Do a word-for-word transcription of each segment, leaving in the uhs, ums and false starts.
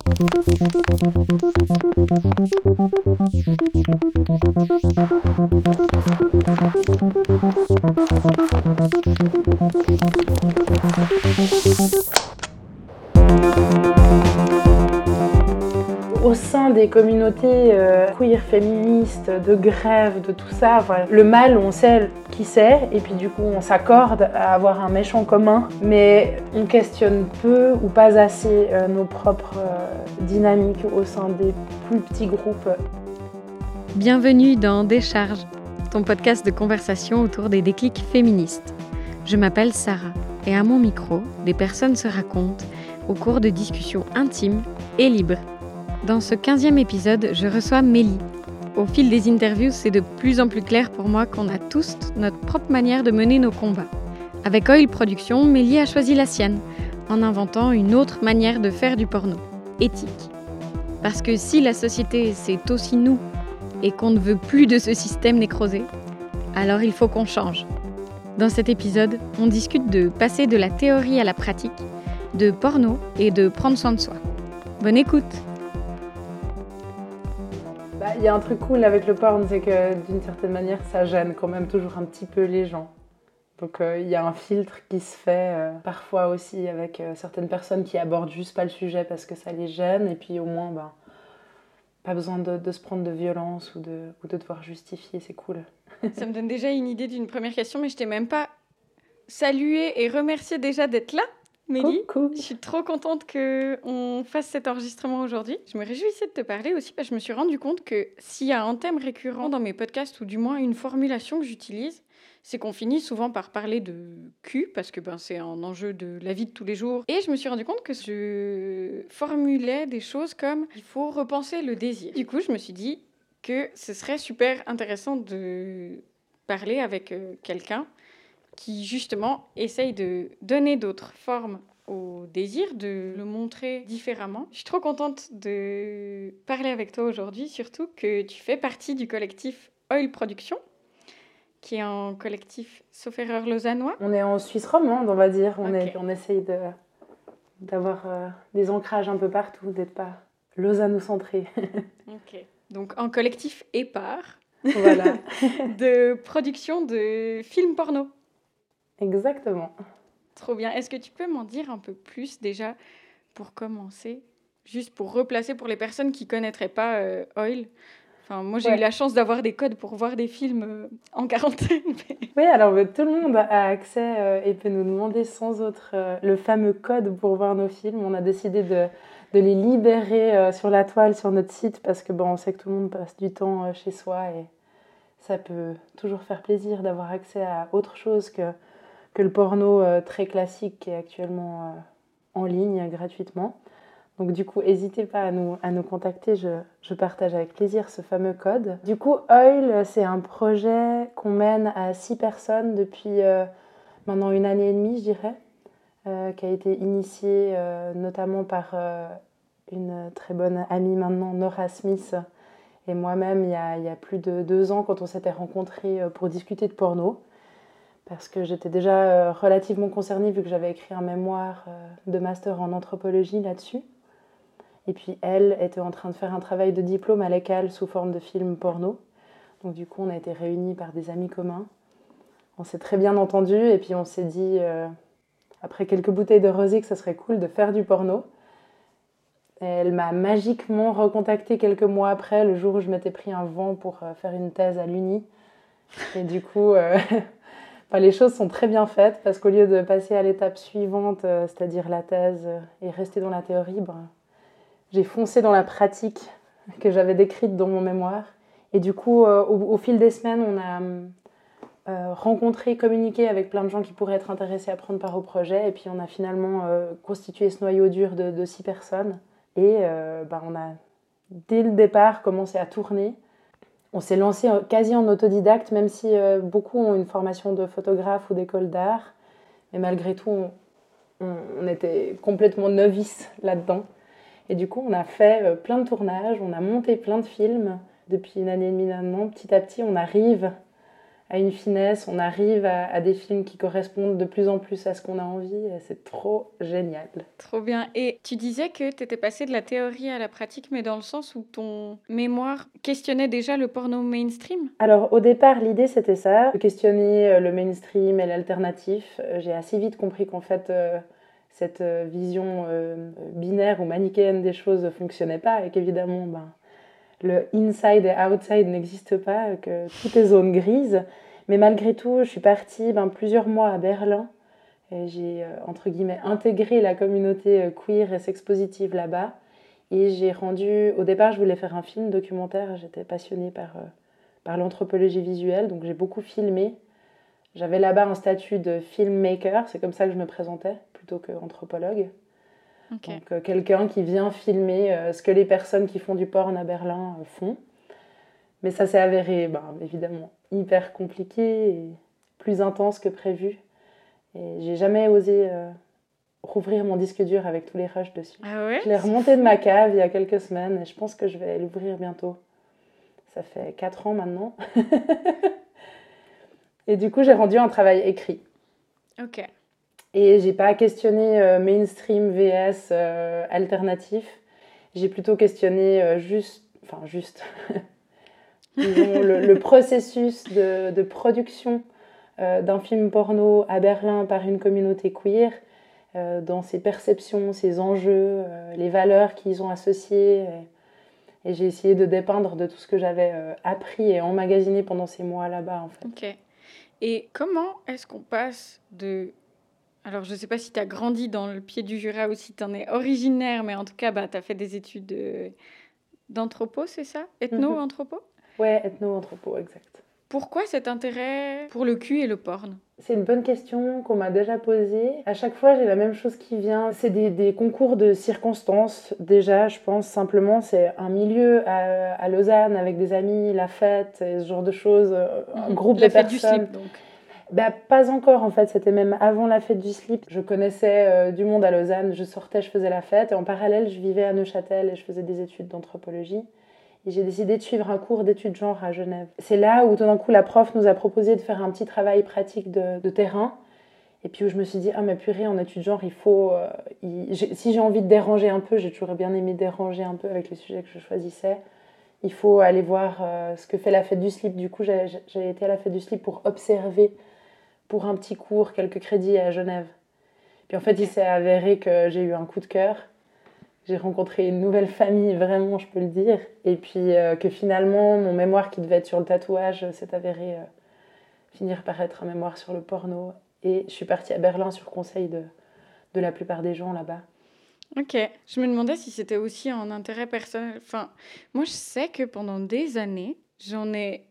Au sein des communautés euh, queer, féministes, de grève, de tout ça, enfin, le mal, on sait qui c'est, et puis du coup on s'accorde à avoir un méchant commun, mais on questionne peu ou pas assez euh, nos propres euh, dynamiques au sein des plus petits groupes. Bienvenue dans Décharge, ton podcast de conversation autour des déclics féministes. Je m'appelle Sarah, et à mon micro, des personnes se racontent au cours de discussions intimes et libres. Dans ce quinzième épisode, je reçois Mélie. Au fil des interviews, c'est de plus en plus clair pour moi qu'on a tous notre propre manière de mener nos combats. Avec Oil Productions, Mélie a choisi la sienne, en inventant une autre manière de faire du porno, éthique. Parce que si la société, c'est aussi nous, et qu'on ne veut plus de ce système nécrosé, alors il faut qu'on change. Dans cet épisode, on discute de passer de la théorie à la pratique, de porno et de prendre soin de soi. Bonne écoute! Bah, y a un truc cool avec le porn, c'est que d'une certaine manière, ça gêne quand même toujours un petit peu les gens. Donc il euh, y a un filtre qui se fait euh, parfois aussi avec euh, certaines personnes qui abordent juste pas le sujet parce que ça les gêne, et puis au moins, bah, pas besoin de, de se prendre de violence ou de, ou de devoir justifier, c'est cool. Ça me donne déjà une idée d'une première question, mais je t'ai même pas salué et remercié déjà d'être là, Mélie. Coucou. Je suis trop contente qu'on fasse cet enregistrement aujourd'hui. Je me réjouissais de te parler aussi parce que je me suis rendu compte que s'il y a un thème récurrent dans mes podcasts, ou du moins une formulation que j'utilise, c'est qu'on finit souvent par parler de cul, parce que ben, c'est un enjeu de la vie de tous les jours. Et je me suis rendu compte que je formulais des choses comme « il faut repenser le désir ». Du coup, je me suis dit que ce serait super intéressant de parler avec euh, quelqu'un qui, justement, essaye de donner d'autres formes au désir, de le montrer différemment. Je suis trop contente de parler avec toi aujourd'hui, surtout que tu fais partie du collectif Oil Productions, qui est un collectif, sauf erreur, lausannois. On est en Suisse romande, on va dire. On, Okay. est, on essaye de, d'avoir euh, des ancrages un peu partout, d'être pas lausanno-centré. Ok. Donc, un collectif épars Voilà. de production de films porno. Exactement. Trop bien. Est-ce que tu peux m'en dire un peu plus déjà pour commencer, juste pour replacer pour les personnes qui ne connaîtraient pas euh, Oil? Enfin, moi, j'ai Ouais. eu la chance d'avoir des codes pour voir des films euh, en quarantaine. Mais... Oui, alors bah, tout le monde a accès euh, et peut nous demander sans autre euh, le fameux code pour voir nos films. On a décidé de, de les libérer euh, sur la toile, sur notre site, parce que bon, on sait que tout le monde passe du temps euh, chez soi et ça peut toujours faire plaisir d'avoir accès à autre chose que que le porno euh, très classique qui est actuellement euh, en ligne gratuitement. Donc du coup, n'hésitez pas à nous, à nous contacter, je, je partage avec plaisir ce fameux code. Du coup, Oil, c'est un projet qu'on mène à six personnes depuis euh, maintenant une année et demie, je dirais, euh, qui a été initié euh, notamment par euh, une très bonne amie maintenant, Nora Smith, et moi-même il y a, il y a plus de deux ans quand on s'était rencontrés pour discuter de porno. Parce que j'étais déjà euh, relativement concernée vu que j'avais écrit un mémoire euh, de master en anthropologie là-dessus. Et puis elle était en train de faire un travail de diplôme à l'E C A L sous forme de film porno. Donc du coup on a été réunis par des amis communs. On s'est très bien entendus et puis on s'est dit, euh, après quelques bouteilles de rosé, que ça serait cool de faire du porno. Et elle m'a magiquement recontactée quelques mois après, le jour où je m'étais pris un vent pour euh, faire une thèse à l'Uni. Et du coup... Euh, Enfin, les choses sont très bien faites parce qu'au lieu de passer à l'étape suivante, euh, c'est-à-dire la thèse euh, et rester dans la théorie, ben, j'ai foncé dans la pratique que j'avais décrite dans mon mémoire. Et du coup, euh, au, au fil des semaines, on a euh, rencontré, communiqué avec plein de gens qui pourraient être intéressés à prendre part au projet. Et puis on a finalement euh, constitué ce noyau dur de, de six personnes. Et euh, ben, on a, dès le départ, commencé à tourner. On s'est lancé quasi en autodidacte, même si euh, beaucoup ont une formation de photographe ou d'école d'art. Mais malgré tout, on, on, on était complètement novices là-dedans. Et du coup, on a fait euh, plein de tournages, on a monté plein de films. Depuis une année et demie maintenant, petit à petit, on arrive à une finesse, on arrive à, à des films qui correspondent de plus en plus à ce qu'on a envie, et c'est trop génial. Trop bien. Et tu disais que tu étais passée de la théorie à la pratique, mais dans le sens où ton mémoire questionnait déjà le porno mainstream? Alors au départ, l'idée c'était ça, de questionner le mainstream et l'alternatif. J'ai assez vite compris qu'en fait, euh, cette vision euh, binaire ou manichéenne des choses ne fonctionnait pas, et qu'évidemment, ben, le inside et outside n'existe pas, que tout est zone grise. Mais malgré tout, je suis partie ben, plusieurs mois à Berlin. Et j'ai, euh, entre guillemets, intégré la communauté euh, queer et sex-positive là-bas. Et j'ai rendu... Au départ, je voulais faire un film documentaire. J'étais passionnée par, euh, par l'anthropologie visuelle, donc j'ai beaucoup filmé. J'avais là-bas un statut de filmmaker, c'est comme ça que je me présentais, plutôt qu'anthropologue. Okay. Donc euh, quelqu'un qui vient filmer euh, ce que les personnes qui font du porn à Berlin euh, font. Mais ça s'est avéré, ben, évidemment, hyper compliqué et plus intense que prévu. Et j'ai jamais osé euh, rouvrir mon disque dur avec tous les rushs dessus. Ah ouais? Je l'ai remonté de ma cave il y a quelques semaines et je pense que je vais l'ouvrir bientôt. Ça fait quatre ans maintenant. Et du coup, j'ai rendu un travail écrit. Ok. Et j'ai pas questionné euh, mainstream vs euh, alternatif. J'ai plutôt questionné euh, juste, enfin juste, disons, le, le processus de, de production euh, d'un film porno à Berlin par une communauté queer, euh, dans ses perceptions, ses enjeux, euh, les valeurs qu'ils ont associées. Et, et j'ai essayé de dépeindre de tout ce que j'avais euh, appris et emmagasiné pendant ces mois là-bas, en fait. Ok. Et comment est-ce qu'on passe de... Alors, je ne sais pas si tu as grandi dans le pied du Jura ou si tu en es originaire, mais en tout cas, bah, tu as fait des études de... d'anthropo, c'est ça? Ethno-anthropo? Mm-hmm. Ouais, ethno-anthropo, exact. Pourquoi cet intérêt pour le cul et le porn? C'est une bonne question qu'on m'a déjà posée. À chaque fois, j'ai la même chose qui vient. C'est des, des concours de circonstances, déjà, je pense. Simplement, c'est un milieu à, à Lausanne avec des amis, la fête, et ce genre de choses, un mmh. groupe la de fête personnes. Du slip, donc. Bah, pas encore, en fait. C'était même avant la fête du slip. Je connaissais euh, du monde à Lausanne. Je sortais, je faisais la fête. Et en parallèle, je vivais à Neuchâtel et je faisais des études d'anthropologie. Et j'ai décidé de suivre un cours d'études genre à Genève. C'est là où tout d'un coup la prof nous a proposé de faire un petit travail pratique de, de terrain. Et puis où je me suis dit, ah mais purée, en études genre, il faut... Euh, il... j'ai... Si j'ai envie de déranger un peu, j'ai toujours bien aimé déranger un peu avec les sujets que je choisissais, il faut aller voir euh, ce que fait la fête du slip. Du coup, j'ai, j'ai été à la fête du slip pour observer, pour un petit cours, quelques crédits à Genève. Puis en fait, il s'est avéré que j'ai eu un coup de cœur. J'ai rencontré une nouvelle famille, vraiment, je peux le dire. Et puis euh, que finalement, mon mémoire qui devait être sur le tatouage s'est avéré euh, finir par être un mémoire sur le porno. Et je suis partie à Berlin sur conseil de, de la plupart des gens là-bas. Ok. Je me demandais si c'était aussi un intérêt personnel. Enfin, moi, je sais que pendant des années, j'en ai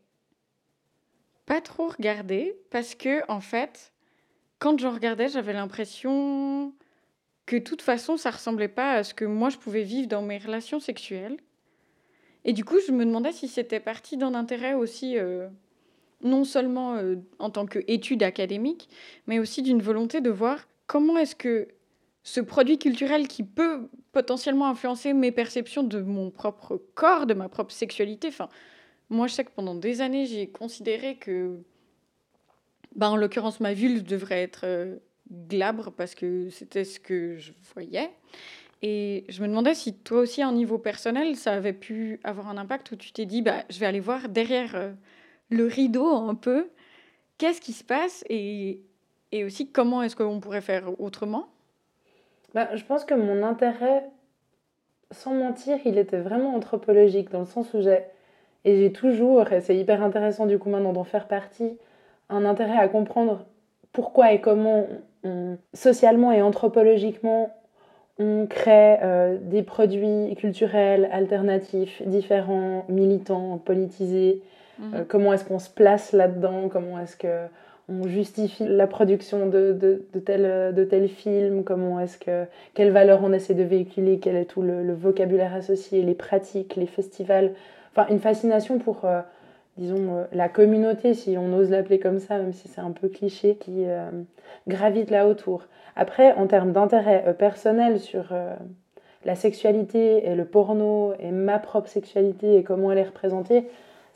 pas trop regardé parce que, en fait, quand j'en regardais, j'avais l'impression... que de toute façon, ça ressemblait pas à ce que moi, je pouvais vivre dans mes relations sexuelles. Et du coup, je me demandais si c'était parti d'un intérêt aussi, euh, non seulement euh, en tant qu'étude académique, mais aussi d'une volonté de voir comment est-ce que ce produit culturel qui peut potentiellement influencer mes perceptions de mon propre corps, de ma propre sexualité. Enfin, moi, je sais que pendant des années, j'ai considéré que, bah, en l'occurrence, ma vulve devrait être... Euh, glabre parce que c'était ce que je voyais. Et je me demandais si toi aussi, à un niveau personnel, ça avait pu avoir un impact où tu t'es dit, bah, je vais aller voir derrière euh, le rideau un peu, qu'est-ce qui se passe et, et aussi comment est-ce qu'on pourrait faire autrement? Bah, je pense que mon intérêt, sans mentir, il était vraiment anthropologique, dans le sens où j'ai, et j'ai toujours, et c'est hyper intéressant du coup maintenant d'en faire partie, un intérêt à comprendre pourquoi et comment on, socialement et anthropologiquement on crée euh, des produits culturels alternatifs, différents, militants, politisés. Mmh. Euh, comment est-ce qu'on se place là-dedans? Comment est-ce qu'on justifie la production de, de, de, tel, de tel film? Comment est-ce que, quelles valeurs on essaie de véhiculer? Quel est tout le, le vocabulaire associé? Les pratiques, les festivals? Enfin, une fascination pour... Euh, disons, euh, la communauté, si on ose l'appeler comme ça, même si c'est un peu cliché, qui euh, gravite là autour. Après, en termes d'intérêt euh, personnel sur euh, la sexualité et le porno et ma propre sexualité et comment elle est représentée,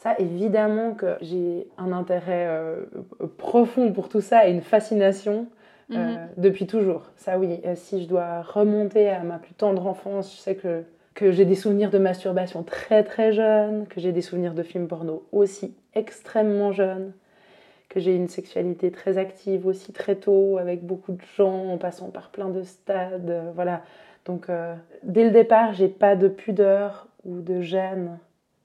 Ça, évidemment que j'ai un intérêt euh, profond pour tout ça et une fascination euh, mm-hmm. depuis toujours. Ça, oui. Euh, si je dois remonter à ma plus tendre enfance, je sais que, que j'ai des souvenirs de masturbation très très jeunes, que j'ai des souvenirs de films porno aussi extrêmement jeunes, que j'ai une sexualité très active aussi très tôt, avec beaucoup de gens, en passant par plein de stades. Euh, voilà. Donc, euh, dès le départ, j'ai pas de pudeur ou de gêne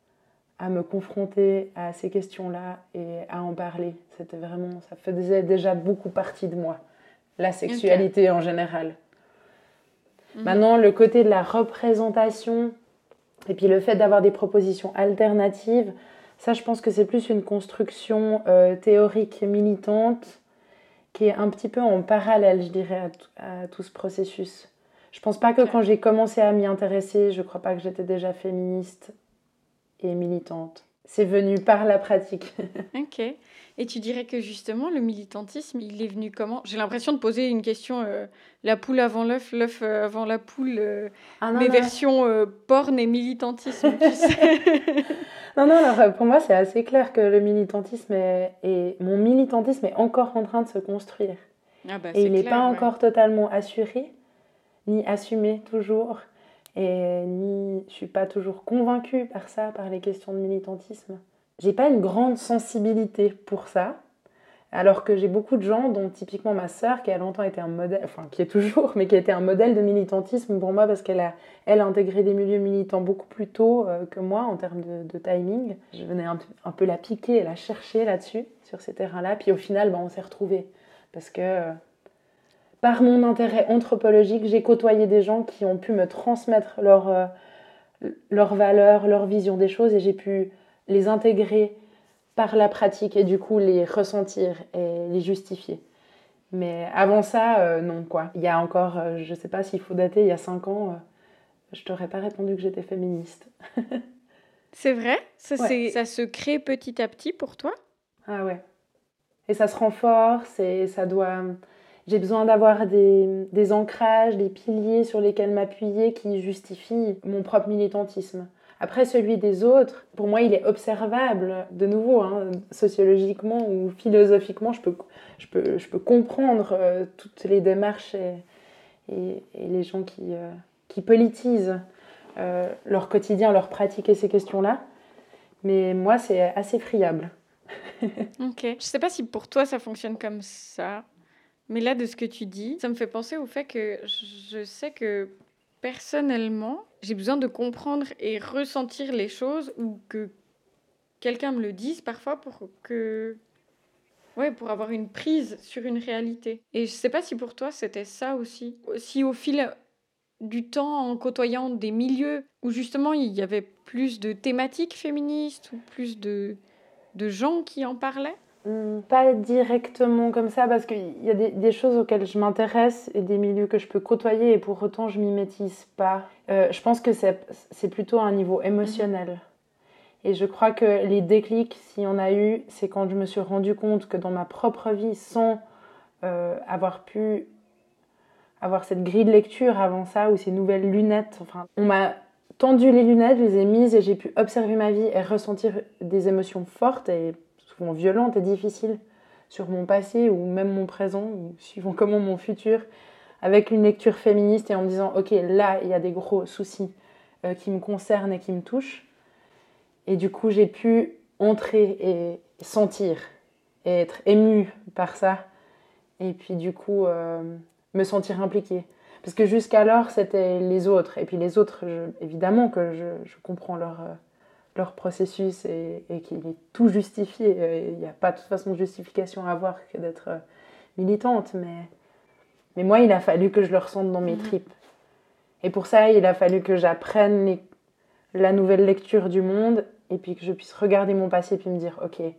à me confronter à ces questions-là et à en parler. C'était vraiment, ça faisait déjà beaucoup partie de moi, la sexualité okay. en général. Mm-hmm. Maintenant, le côté de la représentation et puis le fait d'avoir des propositions alternatives, ça, je pense que c'est plus une construction euh, théorique militante qui est un petit peu en parallèle, je dirais, à, t- à tout ce processus. Je pense pas que okay. quand j'ai commencé à m'y intéresser, je crois pas que j'étais déjà féministe et militante. C'est venu par la pratique. Ok. Et tu dirais que justement, le militantisme, il est venu comment ? J'ai l'impression de poser une question, euh, la poule avant l'œuf, l'œuf avant la poule, euh, ah non, mes non. versions euh, porn et militantisme, tu sais. Non, non, alors pour moi, c'est assez clair que le militantisme est... est... Mon militantisme est encore en train de se construire. Ah bah, et il n'est clair, pas ouais. encore totalement assuré, ni assumé toujours. Et ni je suis pas toujours convaincue par ça, par les questions de militantisme. J'ai pas une grande sensibilité pour ça, alors que j'ai beaucoup de gens, dont typiquement ma sœur, qui a longtemps été un modèle, enfin qui est toujours, mais qui a été un modèle de militantisme pour moi, parce qu'elle a, elle a intégré des milieux militants beaucoup plus tôt euh, que moi en termes de, de timing. Je venais un, un peu la piquer et la chercher là-dessus, sur ces terrains-là, puis au final, ben, on s'est retrouvés, parce que... Euh, Par mon intérêt anthropologique, j'ai côtoyé des gens qui ont pu me transmettre leurs euh, leur valeurs, leur vision des choses, et j'ai pu les intégrer par la pratique et du coup les ressentir et les justifier. Mais avant ça, euh, non, quoi. Il y a encore, euh, je sais pas s'il faut dater, il y a cinq ans, euh, je t'aurais pas répondu que j'étais féministe. C'est vrai ? Ça, ouais. c'est, ça se crée petit à petit pour toi ? Ah ouais. Et ça se renforce et ça doit... J'ai besoin d'avoir des, des ancrages, des piliers sur lesquels m'appuyer qui justifient mon propre militantisme. Après, celui des autres, pour moi, il est observable, de nouveau, hein, sociologiquement ou philosophiquement, je peux, je peux, je peux comprendre euh, toutes les démarches et, et, et les gens qui, euh, qui politisent euh, leur quotidien, leur pratique et ces questions-là. Mais moi, c'est assez friable. Ok. Je sais pas si pour toi, ça fonctionne comme ça. Mais là, de ce que tu dis, ça me fait penser au fait que je sais que personnellement, j'ai besoin de comprendre et ressentir les choses ou que quelqu'un me le dise parfois pour que... Ouais, pour avoir une prise sur une réalité. Et je sais pas si pour toi, c'était ça aussi. Si au fil du temps, en côtoyant des milieux où justement il y avait plus de thématiques féministes ou plus de, de gens qui en parlaient. Pas directement comme ça, parce qu'il y a des, des choses auxquelles je m'intéresse et des milieux que je peux côtoyer et pour autant je mimétise pas. Euh, je pense que c'est, c'est plutôt à un niveau émotionnel. Mmh. Et je crois que les déclics, s'il y en a eu, c'est quand je me suis rendu compte que dans ma propre vie, sans euh, avoir pu avoir cette grille de lecture avant ça, ou ces nouvelles lunettes, enfin, on m'a tendu les lunettes, je les ai mises et j'ai pu observer ma vie et ressentir des émotions fortes et souvent violentes et difficiles sur mon passé ou même mon présent, ou suivant comment mon futur, avec une lecture féministe et en me disant « Ok, là, il y a des gros soucis euh, qui me concernent et qui me touchent. » Et du coup, j'ai pu entrer et sentir et être émue par ça. Et puis du coup, euh, me sentir impliquée. Parce que jusqu'alors, c'était les autres. Et puis les autres, je, évidemment que je, je comprends leur... Euh, leur processus et, et qu'il est tout justifié. Il n'y a pas de toute façon de justification à avoir que d'être militante, mais, mais moi, il a fallu que je le ressente dans mes mmh. tripes. Et pour ça, il a fallu que j'apprenne les, la nouvelle lecture du monde et puis que je puisse regarder mon passé et puis me dire, ok,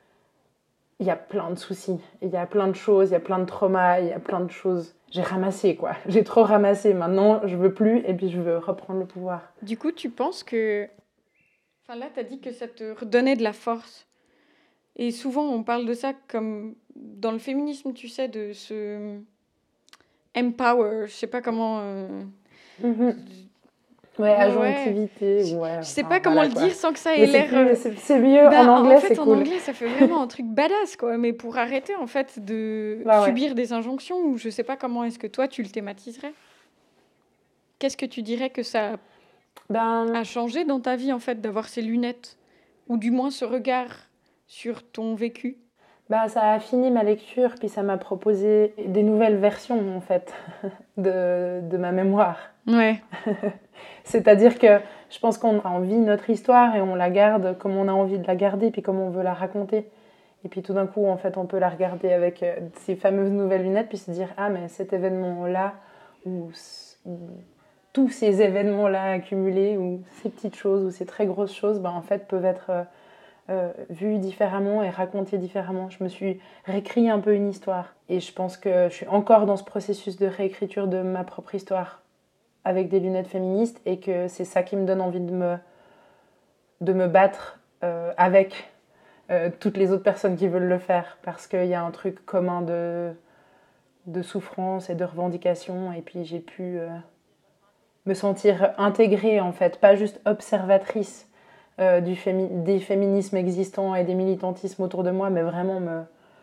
il y a plein de soucis, il y a plein de choses, il y a plein de traumas, il y a plein de choses. J'ai ramassé, quoi. J'ai trop ramassé. Maintenant, je veux plus et puis je veux reprendre le pouvoir. Du coup, tu penses que... Enfin, là, tu as dit que ça te redonnait de la force. Et souvent, on parle de ça comme dans le féminisme, tu sais, de ce empower, je sais pas comment... Euh... Mm-hmm. Ouais, agentivité. Ouais. Je sais enfin, pas comment voilà, le quoi. dire sans que ça ait Mais c'est, l'air. plus- euh, c'est, c'est mieux bah, en anglais, en fait, c'est en cool. anglais, ça fait vraiment un truc badass, quoi. Mais pour arrêter, en fait, de Bah ouais. subir des injonctions, ou je sais pas comment est-ce que toi, tu le thématiserais. Qu'est-ce que tu dirais que ça Ben, a changé dans ta vie, en fait, d'avoir ces lunettes, ou du moins ce regard sur ton vécu? bah, ça a fini ma lecture, puis ça m'a proposé des nouvelles versions, en fait, de, de ma mémoire. Ouais. C'est-à-dire que je pense qu'on a envie de notre histoire et on la garde comme on a envie de la garder, puis comme on veut la raconter. Et puis tout d'un coup, en fait, on peut la regarder avec euh, ces fameuses nouvelles lunettes, puis se dire « Ah, mais cet événement-là, ou, ou tous ces événements-là accumulés, ou ces petites choses, ou ces très grosses choses, ben, en fait, peuvent être euh, euh, vues différemment et racontées différemment. » Je me suis réécrit un peu une histoire. Et je pense que je suis encore dans ce processus de réécriture de ma propre histoire avec des lunettes féministes, et que c'est ça qui me donne envie de me, de me battre euh, avec euh, toutes les autres personnes qui veulent le faire, parce qu'il y a un truc commun de, de souffrance et de revendication, et puis j'ai pu euh, me sentir intégrée, en fait, pas juste observatrice euh, du fémi- des féminismes existants et des militantismes autour de moi, mais vraiment me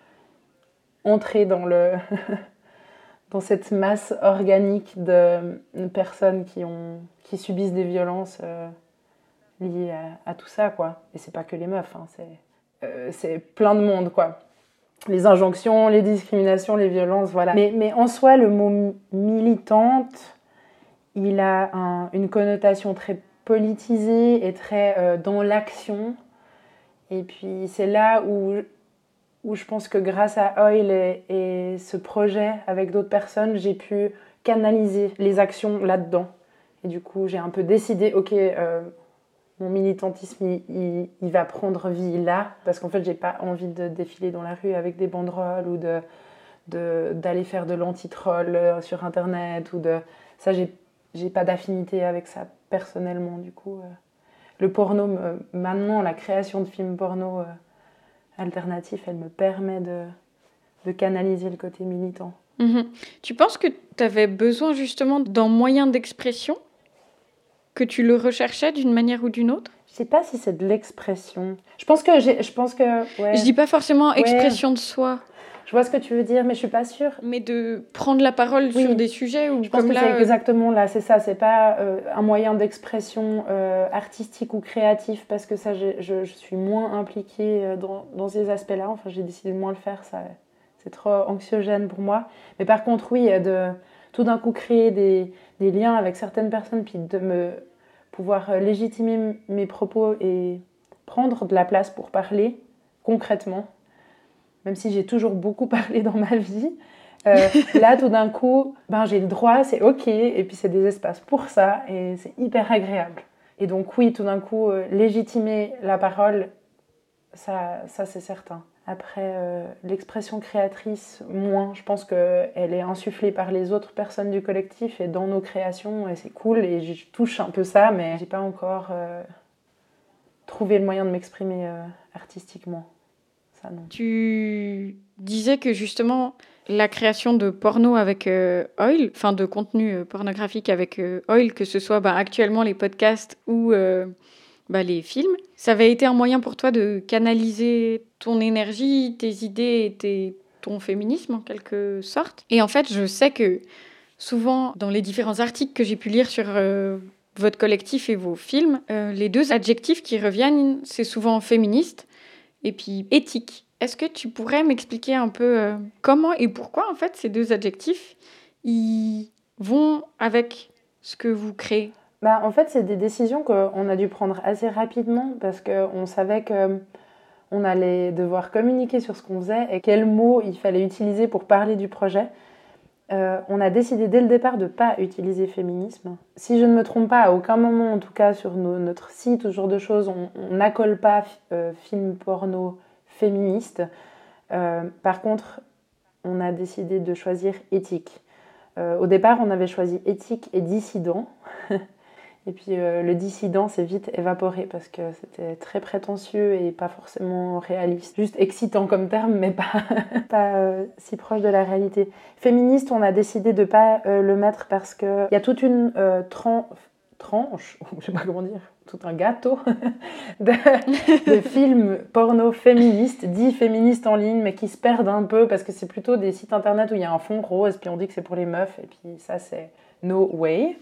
entrer dans le... dans cette masse organique de personnes qui, ont, qui subissent des violences euh, liées à, à tout ça, quoi. Et c'est pas que les meufs, hein, c'est, euh, c'est plein de monde, quoi. Les injonctions, les discriminations, les violences, voilà. Mais, mais en soi, le mot militante, il a un, une connotation très politisée et très euh, dans l'action. Et puis c'est là où... où je pense que grâce à Oil et, et ce projet avec d'autres personnes, j'ai pu canaliser les actions là-dedans. Et du coup, j'ai un peu décidé, ok, euh, mon militantisme, il, il, il va prendre vie là, parce qu'en fait, j'ai pas envie de défiler dans la rue avec des banderoles ou de, de, d'aller faire de l'anti-troll sur Internet. Ou de... Ça, j'ai, j'ai pas d'affinité avec ça personnellement, du coup. Euh, le porno, me, maintenant, la création de films porno... Euh, alternatif, elle me permet de, de canaliser le côté militant. Mmh. Tu penses que tu avais besoin justement d'un moyen d'expression, que tu le recherchais d'une manière ou d'une autre? Je sais pas si c'est de l'expression. Je pense que j'ai, je pense que ouais. Je dis pas forcément expression ouais. de soi. Je vois ce que tu veux dire, mais je suis pas sûre. Mais de prendre la parole oui. sur des sujets ou je pense comme que là, c'est exactement là, c'est ça. C'est pas euh, un moyen d'expression euh, artistique ou créatif, parce que ça, je, je, je suis moins impliquée dans, dans ces aspects-là. Enfin, j'ai décidé de moins le faire. Ça, c'est trop anxiogène pour moi. Mais par contre, oui, de tout d'un coup créer des, des liens avec certaines personnes, puis de me pouvoir légitimer mes propos et prendre de la place pour parler concrètement. Même si j'ai toujours beaucoup parlé dans ma vie, euh, là, tout d'un coup, ben, j'ai le droit, c'est OK, et puis c'est des espaces pour ça, et c'est hyper agréable. Et donc oui, tout d'un coup, euh, légitimer la parole, ça, ça c'est certain. Après, euh, l'expression créatrice, moins. Je pense qu'elle est insufflée par les autres personnes du collectif et dans nos créations, et c'est cool, et je touche un peu ça, mais j'ai pas encore euh, trouvé le moyen de m'exprimer euh, artistiquement. Ça, non. Tu disais que justement la création de porno avec euh, Oil, enfin de contenu euh, pornographique avec euh, Oil, que ce soit bah, actuellement les podcasts ou euh, bah, les films, ça avait été un moyen pour toi de canaliser ton énergie, tes idées et tes, ton féminisme en quelque sorte. Et en fait, je sais que souvent dans les différents articles que j'ai pu lire sur euh, votre collectif et vos films, euh, les deux adjectifs qui reviennent, c'est souvent féministe et puis éthique. Est-ce que tu pourrais m'expliquer un peu euh, comment et pourquoi, en fait, ces deux adjectifs, ils vont avec ce que vous créez? Bah, en fait, c'est des décisions qu'on a dû prendre assez rapidement, parce qu'on savait qu'on allait devoir communiquer sur ce qu'on faisait et quels mots il fallait utiliser pour parler du projet. Euh, on a décidé dès le départ de ne pas utiliser féminisme. Si je ne me trompe pas, à aucun moment, en tout cas sur nos, notre site ou ce genre de choses, on n'accole pas euh, film porno féministe. Euh, par contre, on a décidé de choisir éthique. Euh, au départ, on avait choisi éthique et dissident. Et puis euh, le dissident s'est vite évaporé parce que c'était très prétentieux et pas forcément réaliste. Juste excitant comme terme, mais pas, pas euh, si proche de la réalité. Féministe, on a décidé de ne pas euh, le mettre parce qu'il y a toute une euh, tran- tranche, ou je sais pas comment dire, tout un gâteau de, de films porno féministes, dits féministes en ligne, mais qui se perdent un peu parce que c'est plutôt des sites internet où il y a un fond rose, puis on dit que c'est pour les meufs, et puis ça c'est no way.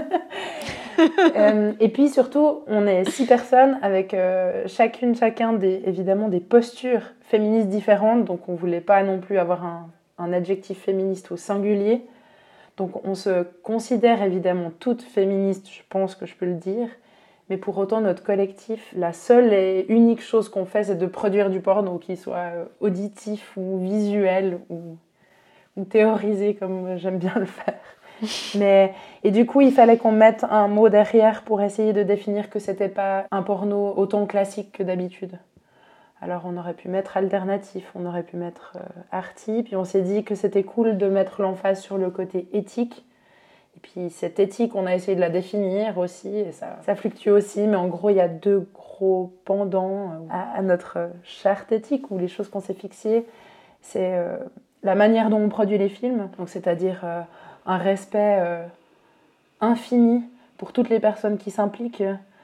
euh, et puis surtout, on est six personnes avec euh, chacune, chacun des, évidemment des postures féministes différentes, donc on voulait pas non plus avoir un, un adjectif féministe au singulier. Donc on se considère évidemment toutes féministes, je pense que je peux le dire, mais pour autant notre collectif, la seule et unique chose qu'on fait, c'est de produire du porno, qu'il soit auditif ou visuel ou, ou théorisé comme j'aime bien le faire. Mais, et du coup, il fallait qu'on mette un mot derrière pour essayer de définir que c'était pas un porno autant classique que d'habitude. Alors on aurait pu mettre alternatif, on aurait pu mettre euh, arty, puis on s'est dit que c'était cool de mettre l'emphase sur le côté éthique. Et puis cette éthique, on a essayé de la définir aussi, et ça, ça fluctue aussi, mais en gros, il y a deux gros pendants à, à notre charte éthique, ou les choses qu'on s'est fixées. C'est euh, la manière dont on produit les films, donc c'est-à-dire euh, un respect euh, infini pour toutes les personnes qui s'impliquent,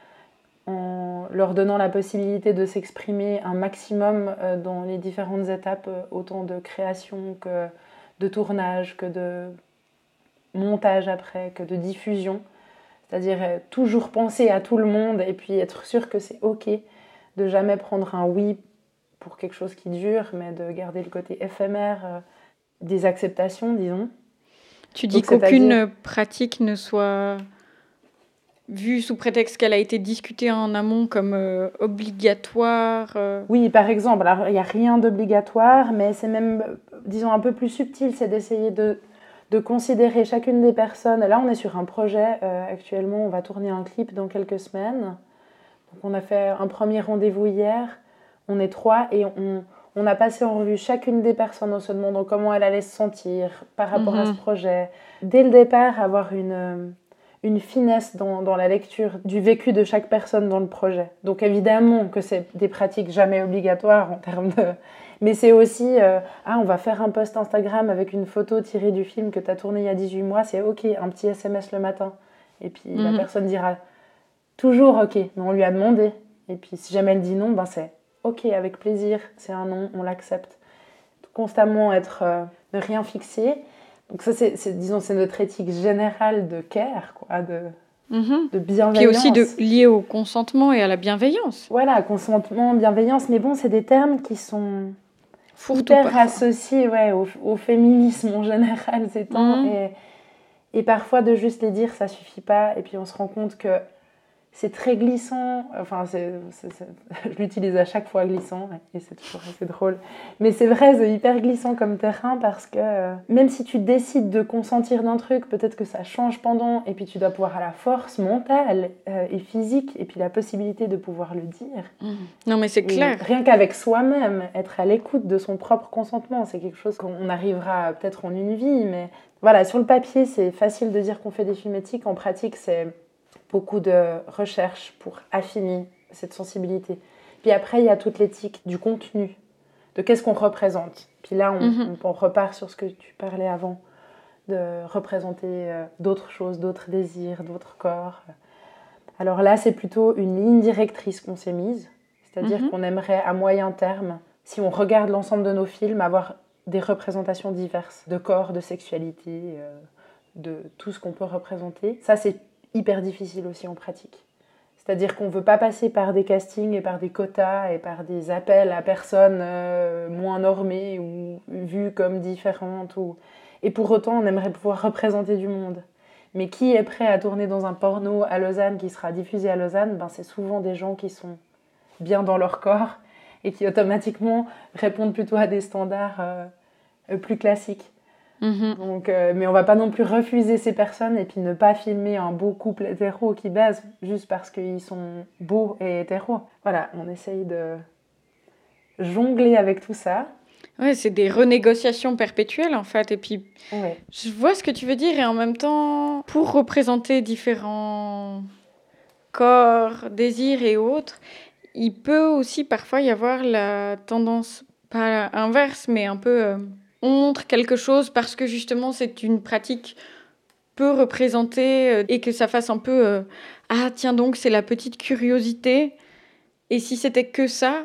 en leur donnant la possibilité de s'exprimer un maximum dans les différentes étapes, autant de création que de tournage, que de montage après, que de diffusion. C'est-à-dire toujours penser à tout le monde et puis être sûr que c'est OK de jamais prendre un oui pour quelque chose qui dure, mais de garder le côté éphémère des acceptations, disons. Tu dis Donc, qu'aucune c'est-à-dire... pratique ne soit... vue sous prétexte qu'elle a été discutée en amont comme euh, obligatoire euh... Oui, par exemple. Alors, il n'y a rien d'obligatoire, mais c'est même, disons, un peu plus subtil. C'est d'essayer de, de considérer chacune des personnes. Là, on est sur un projet. Euh, actuellement, on va tourner un clip dans quelques semaines. Donc, on a fait un premier rendez-vous hier. On est trois et on, on a passé en revue chacune des personnes en se demandant comment elle allait se sentir par rapport mm-hmm. à ce projet. Dès le départ, avoir une... une finesse dans, dans la lecture du vécu de chaque personne dans le projet. Donc évidemment que c'est des pratiques jamais obligatoires en termes de... Mais c'est aussi, euh, ah, on va faire un post Instagram avec une photo tirée du film que tu as tourné il y a dix-huit mois, c'est OK, un petit S M S le matin. Et puis mm-hmm. la personne dira toujours OK, mais on lui a demandé. Et puis si jamais elle dit non, ben c'est OK, avec plaisir, c'est un non, on l'accepte. Constamment être, euh, ne rien fixer. Donc ça, c'est, c'est, disons, c'est notre éthique générale de care, quoi, de, mm-hmm. de bienveillance. Qui est aussi de, lié au consentement et à la bienveillance. Voilà, consentement, bienveillance, mais bon, c'est des termes qui sont Fourre-tout hyper parfois. associés ouais, au, au féminisme en général ces temps. Mm. Et, et parfois, de juste les dire, ça suffit pas. Et puis, on se rend compte que c'est très glissant. Enfin, c'est, c'est, c'est, je l'utilise à chaque fois, glissant, et c'est toujours assez drôle. Mais c'est vrai, c'est hyper glissant comme terrain parce que euh, même si tu décides de consentir d'un truc, peut-être que ça change pendant, et puis tu dois pouvoir à la force mentale euh, et physique, et puis la possibilité de pouvoir le dire. Mmh. Non, mais c'est clair. Et rien qu'avec soi-même, être à l'écoute de son propre consentement, c'est quelque chose qu'on arrivera peut-être en une vie, mais voilà, sur le papier, c'est facile de dire qu'on fait des films éthiques. En pratique, c'est beaucoup de recherche pour affiner cette sensibilité. Puis après, il y a toute l'éthique du contenu, de qu'est-ce qu'on représente. Puis là, on, mm-hmm. on, on repart sur ce que tu parlais avant, de représenter euh, d'autres choses, d'autres désirs, d'autres corps. Alors là, c'est plutôt une ligne directrice qu'on s'est mise, c'est-à-dire mm-hmm. qu'on aimerait à moyen terme, si on regarde l'ensemble de nos films, avoir des représentations diverses de corps, de sexualité, euh, de tout ce qu'on peut représenter. Ça, c'est hyper difficile aussi en pratique. C'est-à-dire qu'on ne veut pas passer par des castings et par des quotas et par des appels à personnes euh, moins normées ou vues comme différentes. Ou... Et pour autant, on aimerait pouvoir représenter du monde. Mais qui est prêt à tourner dans un porno à Lausanne qui sera diffusé à Lausanne ? Ben, c'est souvent des gens qui sont bien dans leur corps et qui automatiquement répondent plutôt à des standards euh, plus classiques. Mmh. Donc, euh, mais on va pas non plus refuser ces personnes et puis ne pas filmer un beau couple hétéro qui baise juste parce qu'ils sont beaux et hétéros. Voilà, on essaye de jongler avec tout ça. Ouais, c'est des renégociations perpétuelles en fait. Et puis, ouais. je vois ce que tu veux dire et en même temps, pour représenter différents corps, désirs et autres, il peut aussi parfois y avoir la tendance, pas inverse, mais un peu... Euh, on montre quelque chose parce que justement c'est une pratique peu représenter euh, et que ça fasse un peu euh, ah tiens donc c'est la petite curiosité, et si c'était que ça,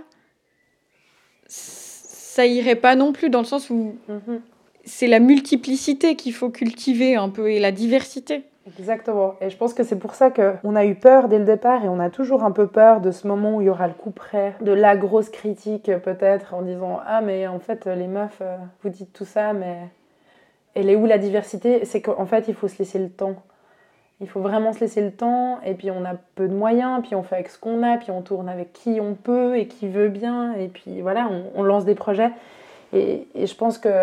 ça irait pas non plus, dans le sens où Mhm. c'est la multiplicité qu'il faut cultiver un peu et la diversité. Exactement. Et je pense que c'est pour ça qu'on a eu peur dès le départ et on a toujours un peu peur de ce moment où il y aura le coup près, de la grosse critique peut-être en disant « Ah mais en fait les meufs, euh, vous dites tout ça, mais elle est où la diversité ?» C'est qu'en fait il faut se laisser le temps. Il faut vraiment se laisser le temps, et puis on a peu de moyens, puis on fait avec ce qu'on a, puis on tourne avec qui on peut et qui veut bien, et puis voilà, on, on lance des projets. Et, et je pense que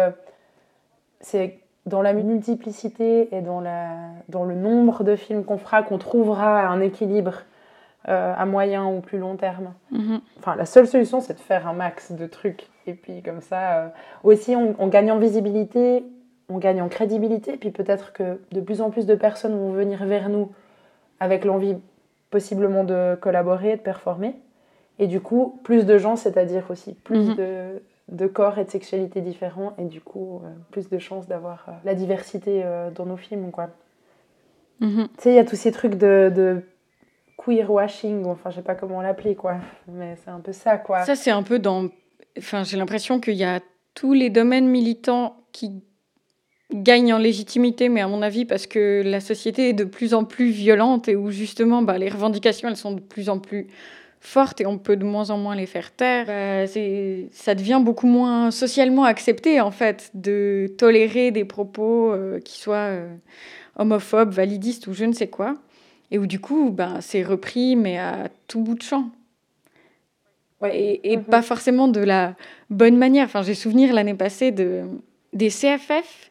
c'est dans la multiplicité et dans, la, dans le nombre de films qu'on fera qu'on trouvera un équilibre euh, à moyen ou plus long terme. Mm-hmm. Enfin, la seule solution, c'est de faire un max de trucs. Et puis comme ça, euh, aussi, on, on gagne en visibilité, on gagne en crédibilité, puis peut-être que de plus en plus de personnes vont venir vers nous avec l'envie possiblement de collaborer, de performer. Et du coup, plus de gens, c'est-à-dire aussi plus mm-hmm. de, de corps et de sexualités différents, et du coup, euh, plus de chances d'avoir euh, la diversité euh, dans nos films, quoi. Mm-hmm. Tu sais, il y a tous ces trucs de, de queer washing, enfin, je sais pas comment l'appeler, quoi. Mais c'est un peu ça, quoi. Ça, c'est un peu dans... Enfin, j'ai l'impression qu'il y a tous les domaines militants qui gagnent en légitimité, mais à mon avis, parce que la société est de plus en plus violente et où, justement, bah, les revendications, elles sont de plus en plus fortes et on peut de moins en moins les faire taire. Bah, c'est... Ça devient beaucoup moins socialement accepté, en fait, de tolérer des propos euh, qui soient euh, homophobes, validistes ou je ne sais quoi. Et où, du coup, bah, c'est repris, mais à tout bout de champ. Ouais, et et mm-hmm. pas forcément de la bonne manière. Enfin, j'ai souvenir l'année passée de, des C F F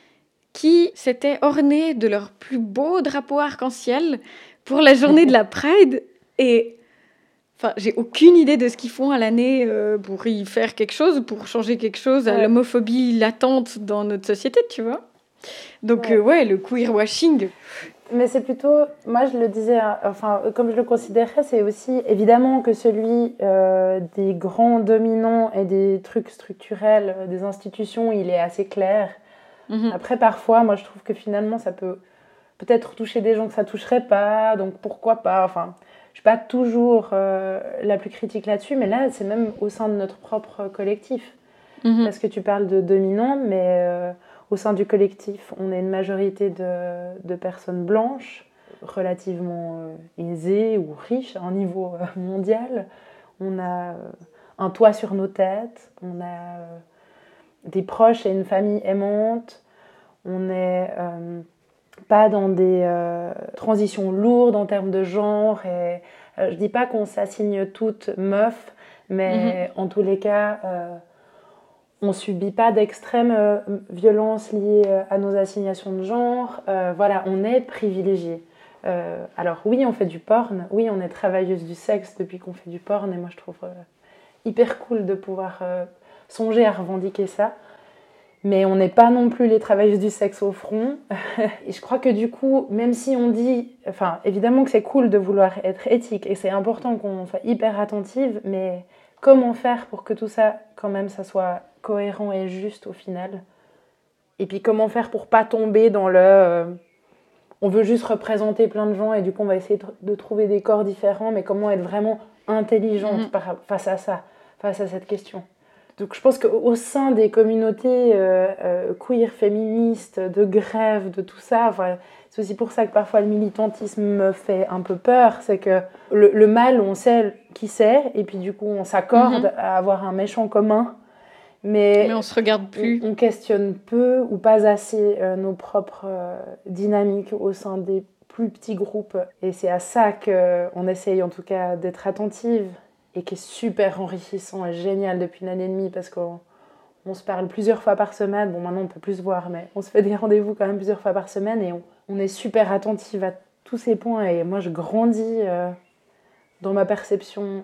qui s'étaient ornés de leur plus beau drapeau arc-en-ciel pour la journée de la Pride. Et enfin, j'ai aucune idée de ce qu'ils font à l'année euh, pour y faire quelque chose, pour changer quelque chose à ouais. l'homophobie latente dans notre société, tu vois. Donc, ouais, euh, ouais le queer washing... Mais c'est plutôt, moi je le disais, enfin comme je le considérais, c'est aussi évidemment que celui euh, des grands dominants et des trucs structurels, des institutions, il est assez clair. Mm-hmm. Après parfois, moi je trouve que finalement ça peut peut-être toucher des gens que ça toucherait pas, donc pourquoi pas, enfin je suis pas toujours euh, la plus critique là-dessus, mais là c'est même au sein de notre propre collectif. Mm-hmm. Parce que tu parles de dominants, mais... Euh, au sein du collectif, on est une majorité de, de personnes blanches, relativement euh, aisées ou riches à un niveau euh, mondial. On a euh, un toit sur nos têtes, on a euh, des proches et une famille aimante. On n'est euh, pas dans des euh, transitions lourdes en termes de genre. Et, euh, je ne dis pas qu'on s'assigne toutes meufs, mais mm-hmm. en tous les cas... Euh, on ne subit pas d'extrême euh, violence liée euh, à nos assignations de genre. Euh, voilà, on est privilégiés. Euh, alors oui, on fait du porn. Oui, on est travailleuse du sexe depuis qu'on fait du porn. Et moi, je trouve euh, hyper cool de pouvoir euh, songer à revendiquer ça. Mais on n'est pas non plus les travailleuses du sexe au front. Et je crois que du coup, même si on dit... Enfin, évidemment que c'est cool de vouloir être éthique. Et c'est important qu'on soit hyper attentive. Mais comment faire pour que tout ça, quand même, ça soit... cohérent et juste au final. Et puis comment faire pour pas tomber dans le euh, on veut juste représenter plein de gens et du coup on va essayer de trouver des corps différents, mais comment être vraiment intelligente mmh. par, face à ça, face à cette question. Donc je pense qu'au sein des communautés euh, euh, queer, féministes, de grève, de tout ça, enfin, c'est aussi pour ça que parfois le militantisme me fait un peu peur, c'est que le, le mal, on sait qui c'est, et puis du coup on s'accorde mmh. à avoir un méchant commun. Mais, Mais on se regarde plus. On, on questionne peu ou pas assez euh, nos propres euh, dynamiques au sein des plus petits groupes. Et c'est à ça qu'on essaye en tout cas d'être attentive et qui est super enrichissant et génial depuis une année et demie parce qu'on on se parle plusieurs fois par semaine. Bon, maintenant on peut plus se voir, mais on se fait des rendez-vous quand même plusieurs fois par semaine et on, on est super attentive à tous ces points. Et moi je grandis euh, dans ma perception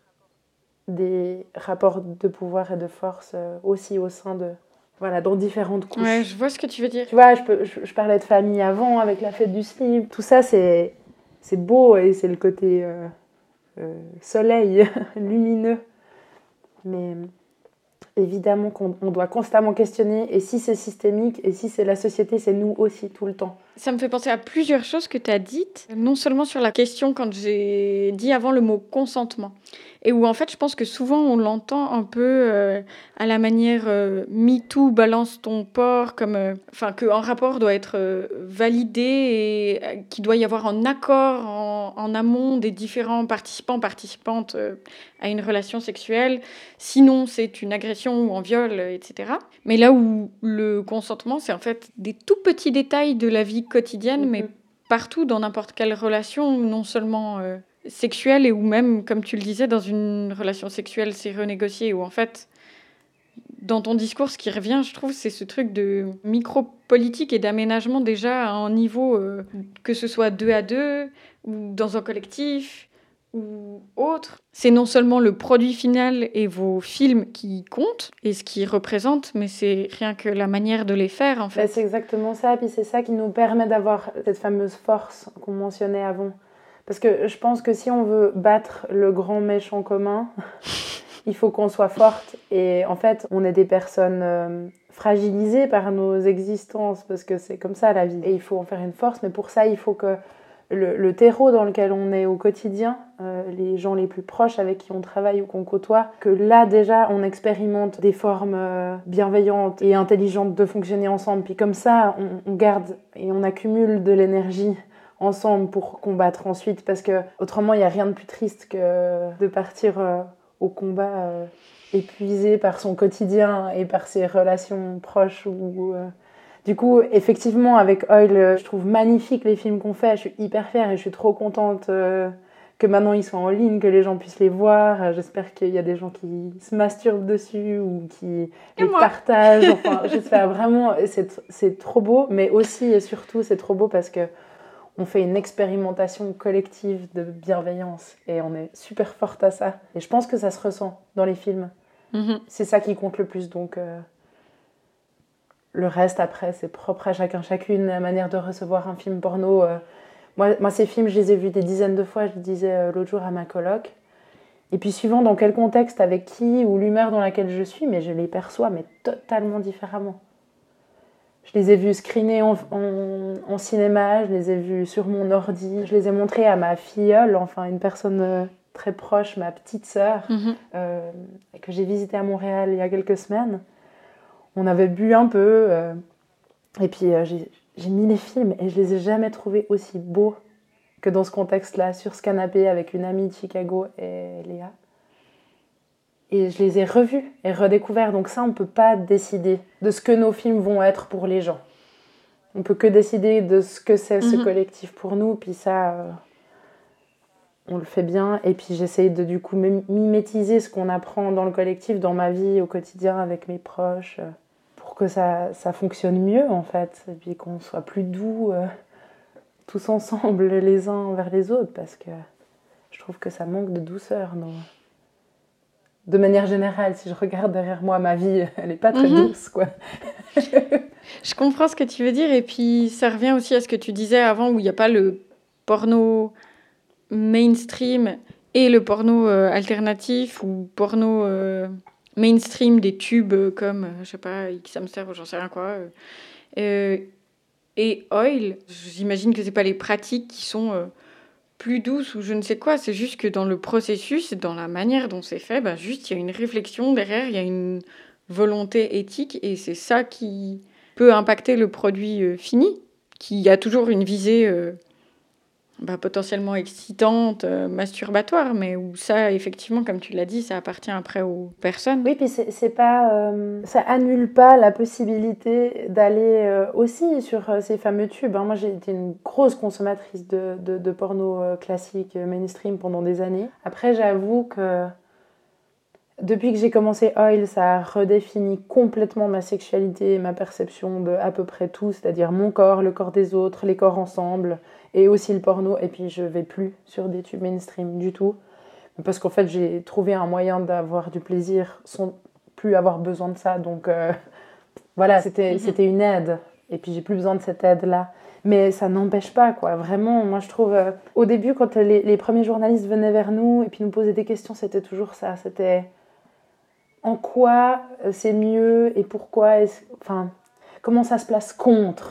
des rapports de pouvoir et de force euh, aussi au sein de... Voilà, dans différentes couches. Ouais, je vois ce que tu veux dire. Tu vois, je, peux, je, je parlais de famille avant, avec la fête du slip. Tout ça, c'est, c'est beau et c'est le côté euh, euh, soleil, lumineux. Mais évidemment qu'on on doit constamment questionner. Et si c'est systémique, et si c'est la société, c'est nous aussi, tout le temps. Ça me fait penser à plusieurs choses que tu as dites, non seulement sur la question quand j'ai dit avant le mot consentement, et où en fait je pense que souvent on l'entend un peu euh, à la manière euh, MeToo, balance ton porc, comme, euh, enfin qu'un rapport doit être euh, validé et euh, qu'il doit y avoir un accord en, en amont des différents participants, participantes euh, à une relation sexuelle, sinon c'est une agression ou un viol, et cetera. Mais là où le consentement, c'est en fait des tout petits détails de la vie quotidienne, mm-hmm. mais partout, dans n'importe quelle relation, non seulement euh, sexuelle, et ou même, comme tu le disais, dans une relation sexuelle, c'est renégocié, où en fait, dans ton discours, ce qui revient, je trouve, c'est ce truc de micro-politique et d'aménagement déjà à un niveau, euh, que ce soit deux à deux, ou dans un collectif, ou autre. C'est non seulement le produit final et vos films qui comptent et ce qu'ils représentent, mais c'est rien que la manière de les faire, en fait. Ben, c'est exactement ça, puis c'est ça qui nous permet d'avoir cette fameuse force qu'on mentionnait avant. Parce que je pense que si on veut battre le grand méchant commun, il faut qu'on soit forte. Et en fait, on est des personnes euh, fragilisées par nos existences, parce que c'est comme ça la vie. Et il faut en faire une force, mais pour ça, il faut que Le, le terreau dans lequel on est au quotidien, euh, les gens les plus proches avec qui on travaille ou qu'on côtoie, que là déjà on expérimente des formes euh, bienveillantes et intelligentes de fonctionner ensemble. Puis comme ça, on, on garde et on accumule de l'énergie ensemble pour combattre ensuite, parce que autrement il n'y a rien de plus triste que de partir euh, au combat euh, épuisé par son quotidien et par ses relations proches ou... Euh, Du coup, effectivement, avec Oil, je trouve magnifique les films qu'on fait. Je suis hyper fière et je suis trop contente euh, que maintenant ils soient en ligne, que les gens puissent les voir. J'espère qu'il y a des gens qui se masturbent dessus ou qui et les moi. partagent. Enfin, j'espère vraiment. C'est, c'est trop beau, mais aussi et surtout, c'est trop beau parce que on fait une expérimentation collective de bienveillance et on est super forte à ça. Et je pense que ça se ressent dans les films. Mm-hmm. C'est ça qui compte le plus, donc... Euh, Le reste, après, c'est propre à chacun, chacune, la manière de recevoir un film porno. Euh, moi, moi, ces films, je les ai vus des dizaines de fois, je le disais euh, l'autre jour à ma coloc. Et puis, suivant dans quel contexte, avec qui, ou l'humeur dans laquelle je suis, mais je les perçois, mais totalement différemment. Je les ai vus screenés en, en, en cinéma, je les ai vus sur mon ordi, je les ai montrés à ma filleule, enfin, une personne euh, très proche, ma petite sœur, mm-hmm. euh, que j'ai visitée à Montréal il y a quelques semaines. On avait bu un peu, euh, et puis euh, j'ai, j'ai mis les films et je les ai jamais trouvés aussi beaux que dans ce contexte-là, sur ce canapé avec une amie de Chicago et Léa. Et je les ai revus et redécouverts. Donc ça, on ne peut pas décider de ce que nos films vont être pour les gens. On ne peut que décider de ce que c'est mm-hmm. ce collectif pour nous, puis ça, euh, on le fait bien. Et puis j'essaye de du coup mimétiser ce qu'on apprend dans le collectif, dans ma vie au quotidien avec mes proches, euh, pour que ça, ça fonctionne mieux en fait, et puis qu'on soit plus doux euh, tous ensemble les uns envers les autres, parce que je trouve que ça manque de douceur. Non. De manière générale, si je regarde derrière moi, ma vie, elle n'est pas très mm-hmm. douce, quoi. Je comprends ce que tu veux dire, et puis ça revient aussi à ce que tu disais avant, où il n'y a pas le porno mainstream et le porno euh, alternatif, ou porno... Euh... mainstream des tubes comme, je sais pas, X-Hamster ou j'en sais rien quoi. Euh, et Oil, j'imagine que c'est pas les pratiques qui sont euh, plus douces ou je ne sais quoi, c'est juste que dans le processus, dans la manière dont c'est fait, bah, juste il y a une réflexion derrière, il y a une volonté éthique et c'est ça qui peut impacter le produit euh, fini, qui a toujours une visée... Euh, Bah, potentiellement excitante, euh, masturbatoire, mais où ça, effectivement, comme tu l'as dit, ça appartient après aux personnes. Oui, puis c'est, c'est pas, euh, ça annule pas la possibilité d'aller euh, aussi sur euh, ces fameux tubes. Hein. Moi, j'ai été une grosse consommatrice de, de, de porno euh, classique, euh, mainstream pendant des années. Après, j'avoue que depuis que j'ai commencé Oil, ça a redéfini complètement ma sexualité et ma perception de à peu près tout, c'est-à-dire mon corps, le corps des autres, les corps ensemble, et aussi le porno. Et puis je vais plus sur des tubes mainstream du tout, parce qu'en fait j'ai trouvé un moyen d'avoir du plaisir sans plus avoir besoin de ça. Donc euh, voilà, c'était, mm-hmm. c'était une aide, et puis j'ai plus besoin de cette aide-là. Mais ça n'empêche pas, quoi. Vraiment, moi je trouve... Euh, au début, quand les, les premiers journalistes venaient vers nous et puis nous posaient des questions, c'était toujours ça, c'était... En quoi c'est mieux et pourquoi, enfin, comment ça se place contre.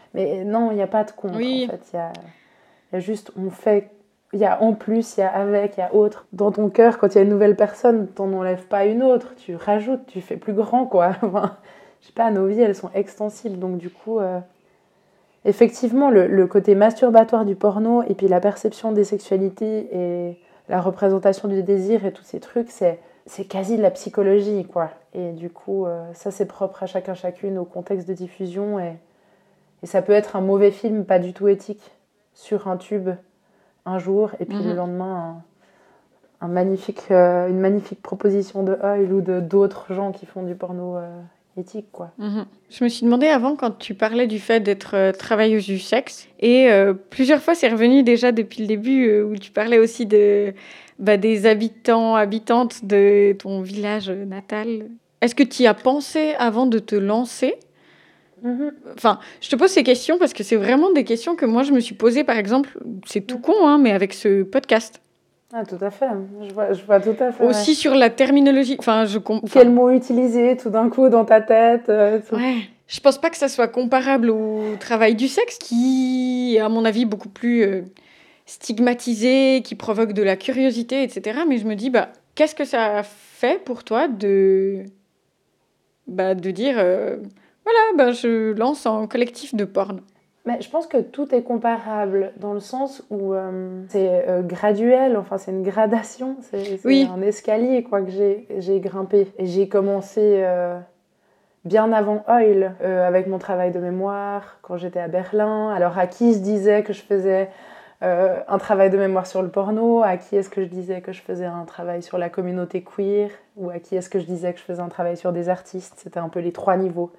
Mais non, il n'y a pas de contre, oui. en fait. Il y a, y a juste, on fait... Il y a en plus, il y a avec, il y a autre. Dans ton cœur, quand il y a une nouvelle personne, t'en enlèves pas une autre. Tu rajoutes, tu fais plus grand, quoi. Enfin, je sais pas, nos vies, elles sont extensibles. Donc du coup, euh, effectivement, le, le côté masturbatoire du porno et puis la perception des sexualités et la représentation du désir et tous ces trucs, c'est, c'est quasi de la psychologie, quoi. Et du coup, euh, ça, c'est propre à chacun, chacune, au contexte de diffusion. Et, et ça peut être un mauvais film, pas du tout éthique, sur un tube, un jour, et puis mmh. le lendemain, un, un magnifique, euh, une magnifique proposition de Oil ou de, d'autres gens qui font du porno euh, éthique, quoi. Mmh. Je me suis demandé avant, quand tu parlais du fait d'être euh, travailleuse du sexe, et euh, plusieurs fois, c'est revenu déjà depuis le début, euh, où tu parlais aussi de, bah, des habitants, habitantes de ton village natal. Est-ce que tu y as pensé avant de te lancer ? Mmh. Enfin, je te pose ces questions parce que c'est vraiment des questions que moi je me suis posées, par exemple, c'est tout con, hein, mais avec ce podcast. Ah, tout à fait, je vois, je vois tout à fait. Aussi ouais. Sur la terminologie, enfin, je comprends. Quel mot utiliser tout d'un coup dans ta tête euh, tout... Ouais, je pense pas que ça soit comparable au travail du sexe qui est, à mon avis, beaucoup plus euh, stigmatisé, qui provoque de la curiosité, et cetera. Mais je me dis, bah, qu'est-ce que ça fait pour toi de, bah, de dire. Euh... Voilà, ben je lance un collectif de porn. Mais je pense que tout est comparable dans le sens où euh, c'est euh, graduel, enfin c'est une gradation, c'est, c'est oui. un escalier quoi, que j'ai, j'ai grimpé. Et j'ai commencé euh, bien avant Oil, euh, avec mon travail de mémoire, quand j'étais à Berlin. Alors à qui je disais que je faisais euh, un travail de mémoire sur le porno, à qui est-ce que je disais que je faisais un travail sur la communauté queer, ou à qui est-ce que je disais que je faisais un travail sur des artistes. C'était un peu les trois niveaux.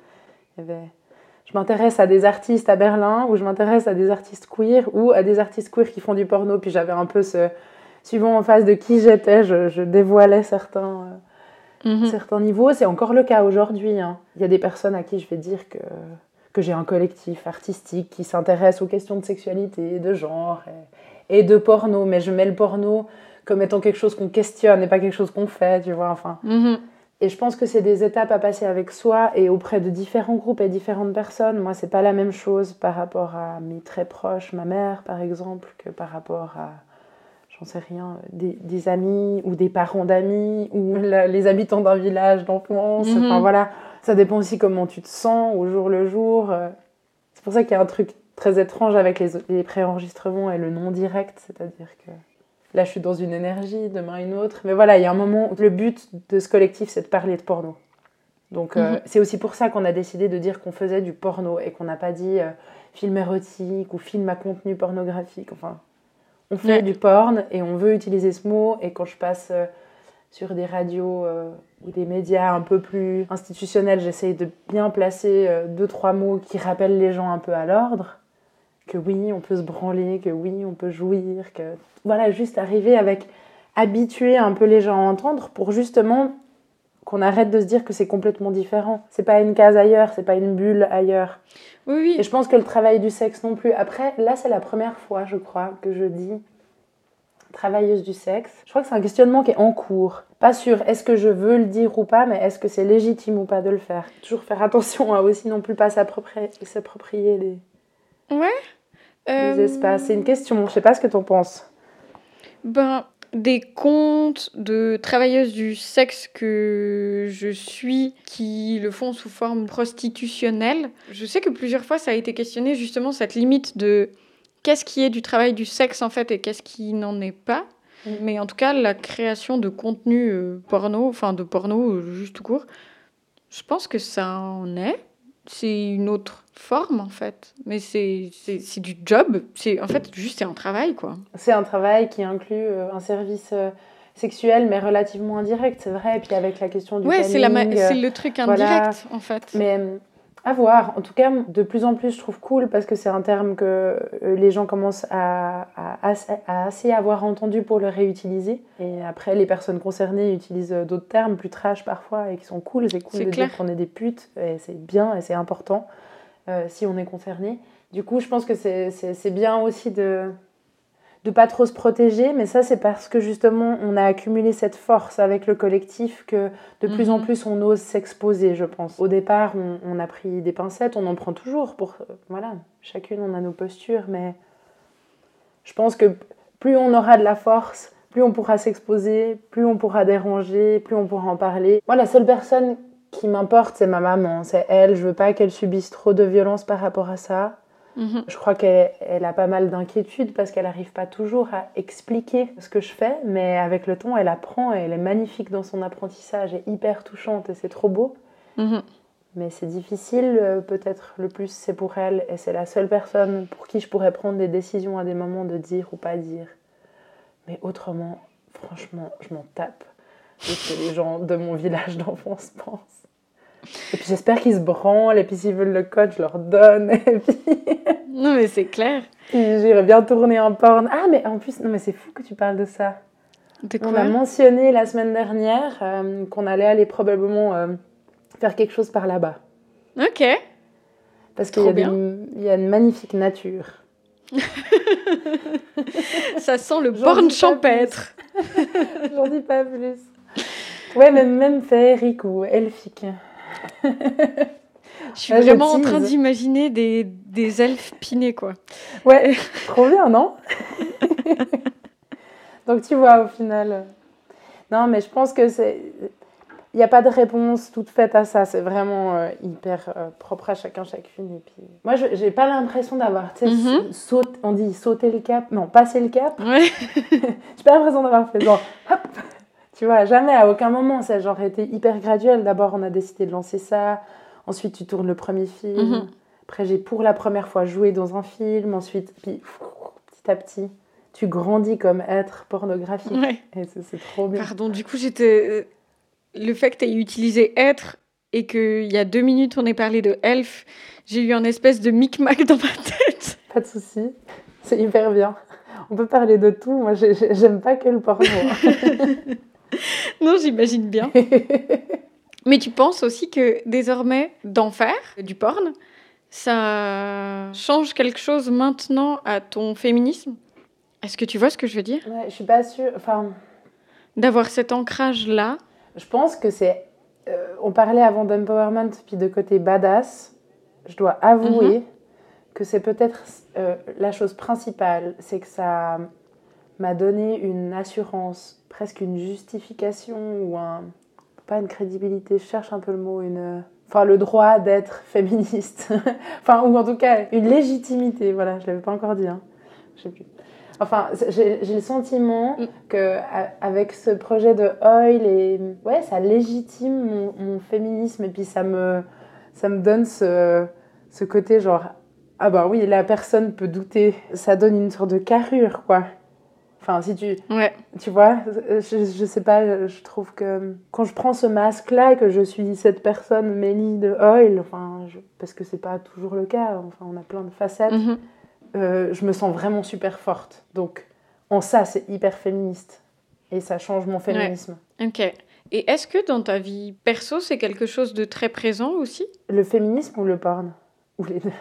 Je m'intéresse à des artistes à Berlin, ou je m'intéresse à des artistes queer, ou à des artistes queer qui font du porno. Puis j'avais un peu ce... Suivant en face de qui j'étais, je, je dévoilais certains, euh, mm-hmm. certains niveaux. C'est encore le cas aujourd'hui. Hein. Il y a des personnes à qui je vais dire que, que j'ai un collectif artistique qui s'intéresse aux questions de sexualité, de genre et, et de porno. Mais je mets le porno comme étant quelque chose qu'on questionne et pas quelque chose qu'on fait, tu vois. Enfin... Mm-hmm. Et je pense que c'est des étapes à passer avec soi et auprès de différents groupes et différentes personnes. Moi, c'est pas la même chose par rapport à mes très proches, ma mère par exemple, que par rapport à, j'en sais rien, des, des amis ou des parents d'amis ou la, les habitants d'un village d'enfance. Mm-hmm. Enfin voilà, ça dépend aussi comment tu te sens au jour le jour. C'est pour ça qu'il y a un truc très étrange avec les, les préenregistrements et le non-direct, c'est-à-dire que là, je suis dans une énergie, demain une autre. Mais voilà, il y a un moment où le but de ce collectif, c'est de parler de porno. Donc, euh, mm-hmm. c'est aussi pour ça qu'on a décidé de dire qu'on faisait du porno et qu'on n'a pas dit euh, film érotique ou film à contenu pornographique. Enfin, on fait ouais. du porn et on veut utiliser ce mot. Et quand je passe euh, sur des radios euh, ou des médias un peu plus institutionnels, j'essaye de bien placer euh, deux, trois mots qui rappellent les gens un peu à l'ordre. Que oui, on peut se branler, que oui, on peut jouir, que... Voilà, juste arriver avec... habituer un peu les gens à entendre pour justement qu'on arrête de se dire que c'est complètement différent. C'est pas une case ailleurs, c'est pas une bulle ailleurs. Oui, oui. Et je pense que le travail du sexe non plus. Après, là, c'est la première fois, je crois, que je dis travailleuse du sexe. Je crois que c'est un questionnement qui est en cours. Pas sûr, est-ce que je veux le dire ou pas, mais est-ce que c'est légitime ou pas de le faire. Toujours faire attention à aussi non plus pas s'approprier, s'approprier les... Ouais. Euh... Les espaces. C'est une question, je sais pas ce que t'en penses. Ben, des comptes de travailleuses du sexe que je suis qui le font sous forme prostitutionnelle. Je sais que plusieurs fois ça a été questionné justement cette limite de qu'est-ce qui est du travail du sexe en fait et qu'est-ce qui n'en est pas. Mmh. Mais en tout cas, la création de contenu euh, porno, enfin de porno euh, juste tout court, je pense que ça en est. C'est une autre forme, en fait. Mais c'est, c'est, c'est du job. C'est, en fait, juste, c'est un travail, quoi. C'est un travail qui inclut euh, un service euh, sexuel, mais relativement indirect, c'est vrai. Et puis avec la question du ouais, planning... c'est, la ma- c'est le truc indirect, voilà. En fait. Mais à voir. En tout cas, de plus en plus, je trouve cool, parce que c'est un terme que euh, les gens commencent à, à, à, à assez avoir entendu pour le réutiliser. Et après, les personnes concernées utilisent d'autres termes, plus trash parfois, et qui sont cool. C'est cool c'est de clair. Dire qu'on est des putes, et c'est bien, et c'est important. Euh, si on est concerné. Du coup, je pense que c'est, c'est, c'est bien aussi de, de pas trop se protéger, mais ça c'est parce que justement on a accumulé cette force avec le collectif que de mm-hmm. plus en plus on ose s'exposer, je pense. Au départ on, on a pris des pincettes, on en prend toujours pour, euh, voilà, chacune on a nos postures, mais je pense que plus on aura de la force, plus on pourra s'exposer, plus on pourra déranger, plus on pourra en parler. Moi la seule personne qui m'importe c'est ma maman, c'est elle, je veux pas qu'elle subisse trop de violence par rapport à ça. Mmh. Je crois qu'elle elle a pas mal d'inquiétudes parce qu'elle n'arrive pas toujours à expliquer ce que je fais, mais avec le temps, elle apprend et elle est magnifique dans son apprentissage et hyper touchante et c'est trop beau. Mmh. Mais c'est difficile, peut-être le plus c'est pour elle et c'est la seule personne pour qui je pourrais prendre des décisions à des moments de dire ou pas dire. Mais autrement, franchement, je m'en tape de ce que les gens de mon village d'enfance pensent. Et puis j'espère qu'ils se branlent, et puis s'ils veulent le code, je leur donne. Et puis... Non mais c'est clair. Puis j'irais bien tourner un porn. Ah mais en plus, non mais c'est fou que tu parles de ça. De quoi ? On a mentionné la semaine dernière euh, qu'on allait aller probablement euh, faire quelque chose par là-bas. Ok. Parce qu'il y a, des, il y a une magnifique nature. Ça sent le porn champêtre. J'en dis pas plus. Ouais, mais même féerique ou elfique. Je suis ah, vraiment en train d'imaginer des, des elfes pinés, quoi. Ouais, trop bien, non ? Donc, tu vois, au final... Non, mais je pense que c'est... Il n'y a pas de réponse toute faite à ça. C'est vraiment euh, hyper euh, propre à chacun, chacune. Et puis... Moi, je n'ai pas l'impression d'avoir... Tu sais, mm-hmm. saute, on dit sauter le cap. Non, passer le cap. Ouais. J'ai pas l'impression d'avoir fait genre... Hop. Tu vois, jamais, à aucun moment. Ça a genre été hyper graduel. D'abord, on a décidé de lancer ça. Ensuite, tu tournes le premier film. Mm-hmm. Après, j'ai pour la première fois joué dans un film. Ensuite, puis, petit à petit, tu grandis comme être pornographique. Ouais. Et c'est, c'est trop bien. Pardon, du coup, j'étais... Le fait que tu aies utilisé être et qu'il y a deux minutes, on ait parlé de elfe, j'ai eu un espèce de micmac dans ma tête. Pas de souci. C'est hyper bien. On peut parler de tout. Moi, j'ai, j'aime pas que le porno. Non, j'imagine bien. Mais tu penses aussi que désormais, d'en faire du porn, ça change quelque chose maintenant à ton féminisme ? Est-ce que tu vois ce que je veux dire ? Ouais, je suis pas sûre. Enfin, d'avoir cet ancrage-là. Je pense que c'est... Euh, on parlait avant d'empowerment, puis de côté badass. Je dois avouer mm-hmm. que c'est peut-être euh, la chose principale. C'est que ça m'a donné une assurance, presque une justification ou un... Pas une crédibilité, je cherche un peu le mot, une... Enfin, le droit d'être féministe. Enfin, ou en tout cas, une légitimité. Voilà, je ne l'avais pas encore dit. Hein. Je sais plus. Enfin, j'ai, j'ai le sentiment qu'avec ce projet de Oil, et, ouais, ça légitime mon, mon féminisme. Et puis, ça me, ça me donne ce, ce côté genre... Ah bah oui, la personne peut douter. Ça donne une sorte de carrure, quoi. Enfin, si tu... Ouais. Tu vois, je, je sais pas, je trouve que quand je prends ce masque-là, que je suis cette personne Mélie de Oil, enfin, je, parce que c'est pas toujours le cas, enfin, on a plein de facettes, mm-hmm. euh, je me sens vraiment super forte. Donc, en ça, c'est hyper féministe. Et ça change mon féminisme. Ouais. Ok. Et est-ce que dans ta vie perso, c'est quelque chose de très présent aussi ? Le féminisme ou le porn ? Ou les deux ?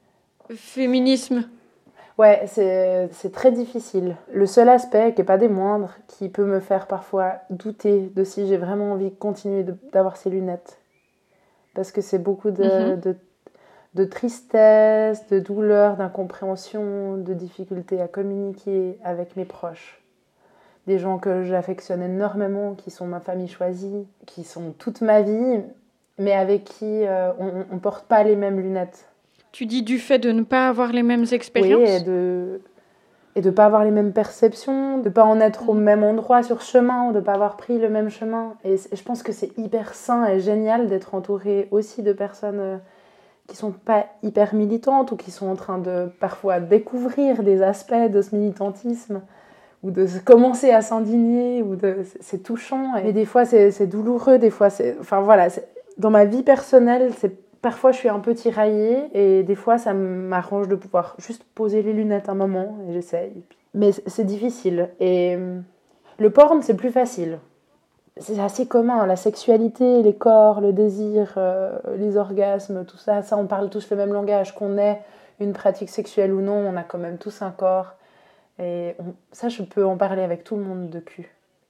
Féminisme. Ouais, c'est, c'est très difficile. Le seul aspect, qui n'est pas des moindres, qui peut me faire parfois douter de si j'ai vraiment envie de continuer de, d'avoir ces lunettes. Parce que c'est beaucoup de, mm-hmm. de, de tristesse, de douleur, d'incompréhension, de difficulté à communiquer avec mes proches. Des gens que j'affectionne énormément, qui sont ma famille choisie, qui sont toute ma vie, mais avec qui euh, on ne porte pas les mêmes lunettes. Tu dis du fait de ne pas avoir les mêmes expériences ? Oui, et de et de pas avoir les mêmes perceptions, de pas en être au même endroit sur chemin, ou de pas avoir pris le même chemin. Et, et je pense que c'est hyper sain et génial d'être entouré aussi de personnes euh, qui sont pas hyper militantes ou qui sont en train de parfois découvrir des aspects de ce militantisme ou de commencer à s'indigner, ou de c'est, c'est touchant. Et, et des fois c'est, c'est douloureux, des fois c'est enfin voilà, c'est, dans ma vie personnelle, c'est parfois, je suis un peu tiraillée et des fois, ça m'arrange de pouvoir juste poser les lunettes un moment et j'essaye. Mais c'est difficile. Et le porn, c'est plus facile. C'est assez commun. La sexualité, les corps, le désir, euh, les orgasmes, tout ça, ça, on parle tous le même langage. Qu'on ait une pratique sexuelle ou non, on a quand même tous un corps. Et on, ça, je peux en parler avec tout le monde de cul.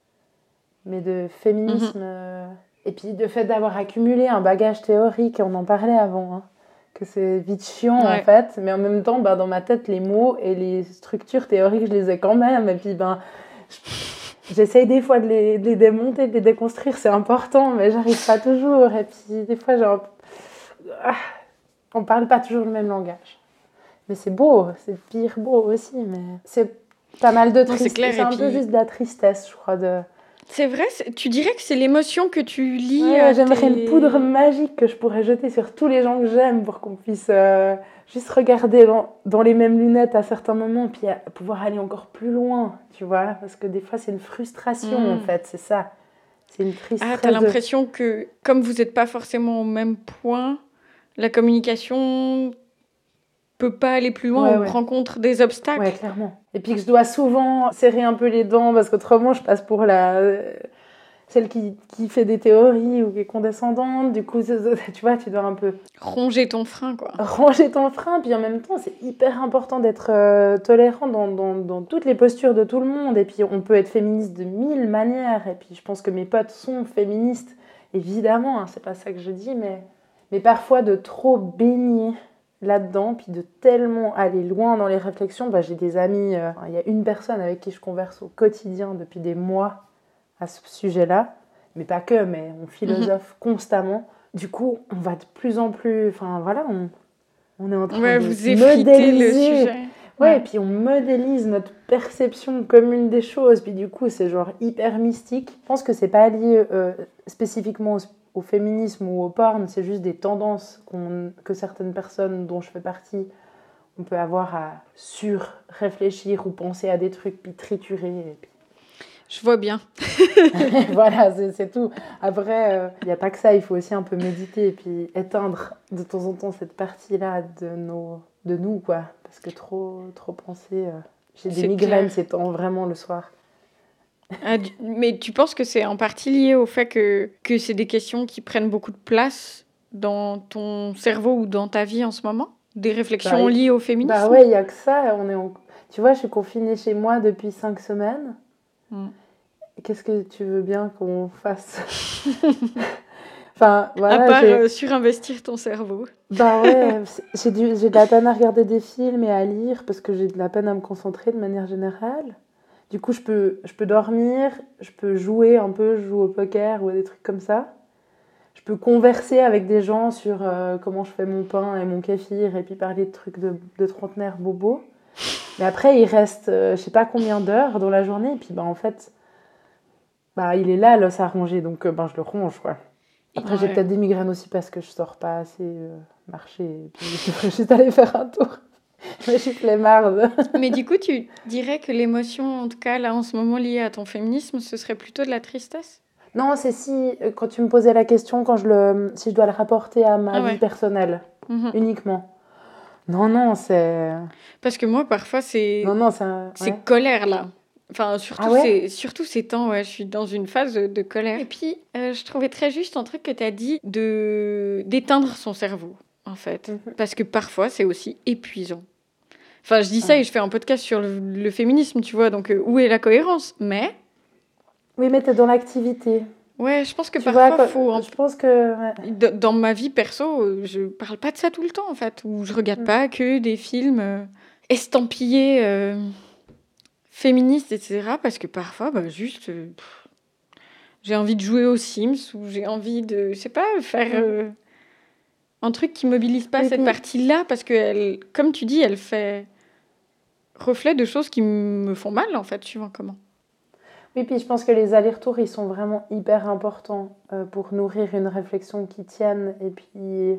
Mais de féminisme... Mhm. Euh, et puis, le fait d'avoir accumulé un bagage théorique, on en parlait avant, hein, que c'est vite chiant, Ouais. en fait. Mais en même temps, bah, dans ma tête, les mots et les structures théoriques, je les ai quand même. Et puis, ben, je- j'essaye des fois de les, de les démonter, de les déconstruire. C'est important, mais j'arrive pas toujours. Et puis, des fois, genre... Ah, on parle pas toujours le même langage. Mais c'est beau, c'est pire beau aussi. Mais c'est pas mal de Non, c'est tristesse. clair, C'est et un puis- peu juste de la tristesse, je crois, de... C'est vrai, c'est- tu dirais que c'est l'émotion que tu lis Ouais, à j'aimerais tes... une poudre magique que je pourrais jeter sur tous les gens que j'aime pour qu'on puisse euh, juste regarder dans, dans les mêmes lunettes à certains moments, puis à pouvoir aller encore plus loin, tu vois. Parce que des fois, c'est une frustration, Mm. en fait, c'est ça. C'est une tristesse. Ah, t'as de- l'impression que, comme vous n'êtes pas forcément au même point, la communication peut pas aller plus loin Ouais, ou ouais. rencontre des obstacles. Ouais, clairement. Et puis que je dois souvent serrer un peu les dents, parce qu'autrement, je passe pour la... euh, celle qui, qui fait des théories ou qui est condescendante. Du coup, c'est- c'est- tu vois, tu dois un peu... Ronger ton frein, quoi. ranger ton frein, puis en même temps, c'est hyper important d'être euh, tolérant dans, dans, dans toutes les postures de tout le monde. Et puis, on peut être féministe de mille manières. Et puis, je pense que mes potes sont féministes, évidemment, hein, c'est pas ça que je dis, mais, mais parfois de trop baigner là-dedans, puis de tellement aller loin dans les réflexions. Bah, j'ai des amis, euh, il y a une personne avec qui je converse au quotidien depuis des mois à ce sujet-là, mais pas que, mais on philosophe constamment. Du coup, on va de plus en plus... Enfin, voilà, on, on est en train Ouais, de vous effritez le modéliser. sujet. Ouais, Ouais. et puis on modélise notre perception commune des choses. Puis du coup, c'est genre hyper mystique. Je pense que c'est pas lié euh, spécifiquement au, au féminisme ou au porn. C'est juste des tendances qu'on, que certaines personnes dont je fais partie, on peut avoir à sur-réfléchir ou penser à des trucs, puis triturer. Et puis... Je vois bien. voilà, c'est, c'est tout. Après, il n'y a pas que ça, il faut aussi un peu méditer et puis éteindre de temps en temps cette partie-là de, nos, de nous, quoi. Parce que trop, trop penser... euh, j'ai des C'est migraines clair. ces temps, vraiment, le soir. Ah, du- mais tu penses que c'est en partie lié au fait que, que c'est des questions qui prennent beaucoup de place dans ton cerveau ou dans ta vie en ce moment? Des réflexions Bah, liées au féminisme? Bah ouais, il n'y a que ça. On est en... Tu vois, je suis confinée chez moi depuis cinq semaines. Mm. Qu'est-ce que tu veux bien qu'on fasse? Enfin, voilà, à part j'ai... euh, surinvestir ton cerveau. Bah ouais, c'est- j'ai, du, j'ai de la peine à regarder des films et à lire parce que j'ai de la peine à me concentrer de manière générale. Du coup, je peux, je peux dormir, je peux jouer un peu, je joue au poker ou à des trucs comme ça. Je peux converser avec des gens sur euh, comment je fais mon pain et mon kéfir et puis parler de trucs de, de trentenaire bobo. Mais après, il reste euh, je sais pas combien d'heures dans la journée et puis bah, en fait, bah, il est là l'os à ronger donc euh, ben, je le ronge quoi. Après, Ouais. j'ai peut-être des migraines aussi parce que je sors pas assez euh, marcher. Et puis, je devrais juste aller faire un tour. Mais je suis flemmarde. Mais du coup, tu dirais que l'émotion, en tout cas là en ce moment liée à ton féminisme, ce serait plutôt de la tristesse? Non, c'est si, euh, quand tu me posais la question, quand je le, si je dois le rapporter à ma Ah vie ouais. personnelle, Mhm. uniquement. Non, non, c'est... Parce que moi, parfois, c'est Non, non, c'est... un- c'est ouais. colère là. Enfin, surtout, Ah ouais ces, surtout ces temps, ouais, je suis dans une phase de, de colère. Et puis, euh, je trouvais très juste un truc que tu as dit de d'éteindre son cerveau, en fait. Mhm. Parce que parfois, c'est aussi épuisant. Enfin, je dis ça Ouais. et je fais un podcast sur le, le féminisme, tu vois, donc euh, où est la cohérence? Mais, Oui, mais t'es dans l'activité. ouais, je pense que Tu parfois, vois, quand- faut... un je pense que... ouais. D- Dans ma vie perso, euh, je parle pas de ça tout le temps en fait, ou je regarde Mm. pas que des films euh, estampillés euh, féministes, et cetera. Parce que parfois, bah, juste, euh, pff, j'ai envie de jouer aux Sims ou j'ai envie de, je sais pas, faire Mm. euh, un truc qui mobilise pas Oui, cette puis- partie-là, parce que elle, comme tu dis, elle fait reflet de choses qui me font mal en fait, suivant comment. Oui, puis je pense que les allers-retours, ils sont vraiment hyper importants euh, pour nourrir une réflexion qui tienne et puis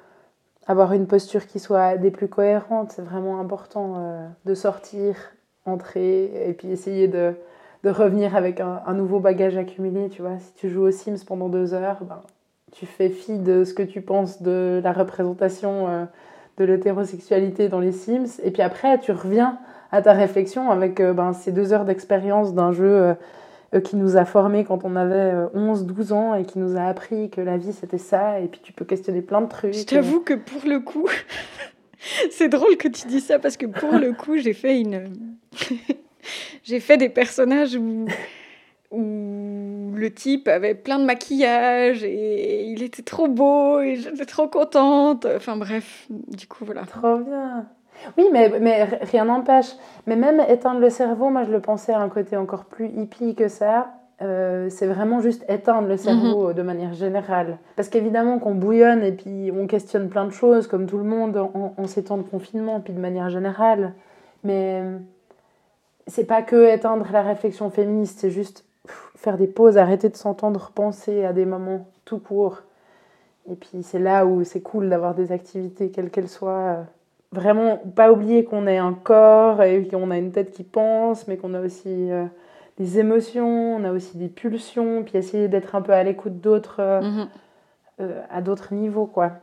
avoir une posture qui soit des plus cohérentes. C'est vraiment important euh, de sortir, entrer et puis essayer de, de revenir avec un, un nouveau bagage accumulé. Tu vois, si tu joues aux Sims pendant deux heures, ben, tu fais fi de ce que tu penses de la représentation euh, de l'hétérosexualité dans les Sims. Et puis après, tu reviens à ta réflexion avec euh, ben, ces deux heures d'expérience d'un jeu euh, euh, qui nous a formés quand on avait euh, onze douze ans et qui nous a appris que la vie c'était ça. Et puis tu peux questionner plein de trucs. Je t'avoue que pour le coup, C'est drôle que tu dis ça parce que pour le coup, j'ai fait une... j'ai fait des personnages où... où le type avait plein de maquillage et il était trop beau et j'étais trop contente. Enfin bref, du coup, voilà. Trop bien. Oui, mais, mais rien n'empêche. Mais même éteindre le cerveau, moi je le pensais à un côté encore plus hippie que ça. Euh, c'est vraiment juste éteindre le cerveau mmh. de manière générale. Parce qu'évidemment qu'on bouillonne et puis on questionne plein de choses, comme tout le monde, en, en ces temps de confinement, puis de manière générale. Mais c'est pas que éteindre la réflexion féministe, c'est juste pff, faire des pauses, arrêter de s'entendre penser à des moments tout court. Et puis c'est là où c'est cool d'avoir des activités, quelles qu'elles soient. Vraiment, pas oublier qu'on est un corps et qu'on a une tête qui pense, mais qu'on a aussi... Euh, des émotions, on a aussi des pulsions, puis essayer d'être un peu à l'écoute d'autres, euh, mmh. euh, à d'autres niveaux, quoi.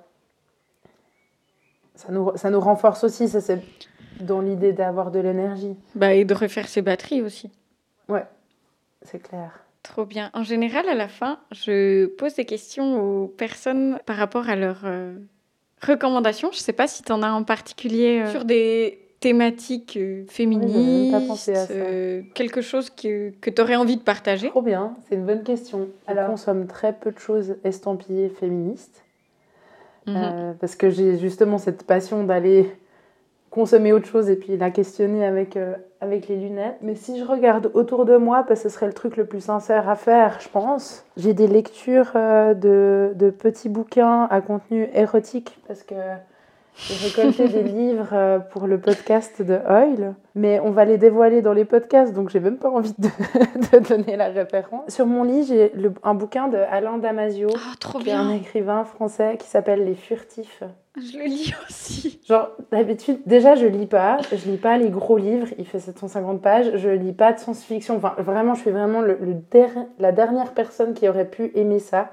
Ça nous, ça nous renforce aussi, ça c'est dans l'idée d'avoir de l'énergie. Bah, et de refaire ses batteries aussi. Ouais, c'est clair. Trop bien. En général, à la fin, je pose des questions aux personnes par rapport à leurs euh, recommandations. Je ne sais pas si tu en as en particulier euh, sur des... thématique euh, féministe, oui, pas pensé à ça. Euh, quelque chose que, que tu aurais envie de partager? Trop bien, c'est une bonne question. Alors, je consomme très peu de choses estampillées féministes, mm-hmm. euh, parce que j'ai justement cette passion d'aller consommer autre chose et puis la questionner avec, euh, avec les lunettes. Mais si je regarde autour de moi, parce que ce serait le truc le plus sincère à faire, je pense, j'ai des lectures euh, de, de petits bouquins à contenu érotique, parce que j'ai récolté des livres pour le podcast de Oil, mais on va les dévoiler dans les podcasts, donc j'ai même pas envie de, de donner la référence. Sur mon lit, j'ai le, un bouquin de Alain Damasio, oh, trop qui bien. est un écrivain français qui s'appelle Les Furtifs. Je le lis aussi. Genre, d'habitude, déjà, je lis pas. Je lis pas les gros livres. Il fait sept cent cinquante pages. Je lis pas de science-fiction. Enfin, vraiment, je suis vraiment le, le der- la dernière personne qui aurait pu aimer ça.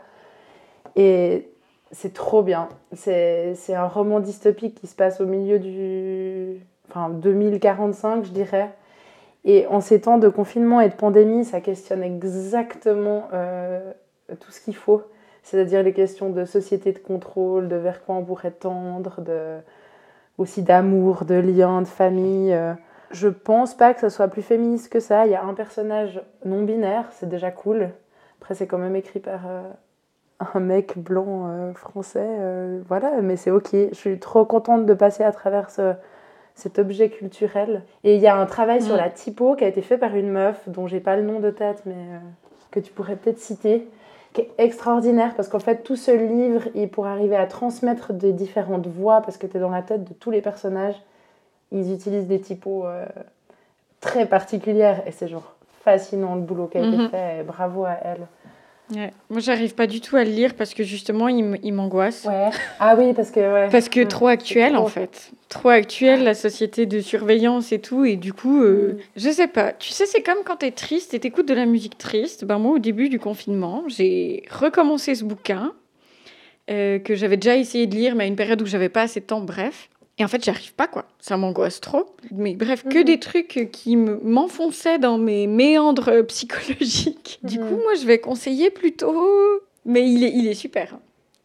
Et... c'est trop bien. C'est, c'est un roman dystopique qui se passe au milieu du... Enfin, deux mille quarante-cinq, je dirais. Et en ces temps de confinement et de pandémie, ça questionne exactement euh, tout ce qu'il faut. C'est-à-dire les questions de société de contrôle, de vers quoi on pourrait tendre, de... aussi d'amour, de liens, de famille. Je pense pas que ça soit plus féministe que ça. Il y a un personnage non-binaire, c'est déjà cool. Après, c'est quand même écrit par... Euh... un mec blanc euh, français, euh, voilà, mais c'est ok. Je suis trop contente de passer à travers ce, cet objet culturel. Et il y a un travail mmh. sur la typo qui a été fait par une meuf dont j'ai pas le nom de tête, mais euh, que tu pourrais peut-être citer, qui est extraordinaire parce qu'en fait tout ce livre, il pour arriver à transmettre des différentes voix, parce que t'es dans la tête de tous les personnages, ils utilisent des typos euh, très particulières et c'est genre fascinant le boulot qui a mmh. été fait. Et bravo à elle. Ouais. Moi, j'arrive pas du tout à le lire parce que justement, il, m- il m'angoisse. Ouais. Ah oui, parce que... Ouais. Parce que mmh. trop actuel, trop... en fait. Trop actuel, la société de surveillance et tout. Et du coup, euh, mmh. je sais pas. Tu sais, c'est comme quand t'es triste et t'écoutes de la musique triste. Ben, moi, au début du confinement, j'ai recommencé ce bouquin euh, que j'avais déjà essayé de lire, mais à une période où j'avais pas assez de temps, bref. Et en fait, j'arrive pas, quoi. Ça m'angoisse trop. Mais bref, que mmh. des trucs qui me, m'enfonçaient dans mes méandres psychologiques. Mmh. Du coup, moi, je vais conseiller plutôt... Mais il est, il est super.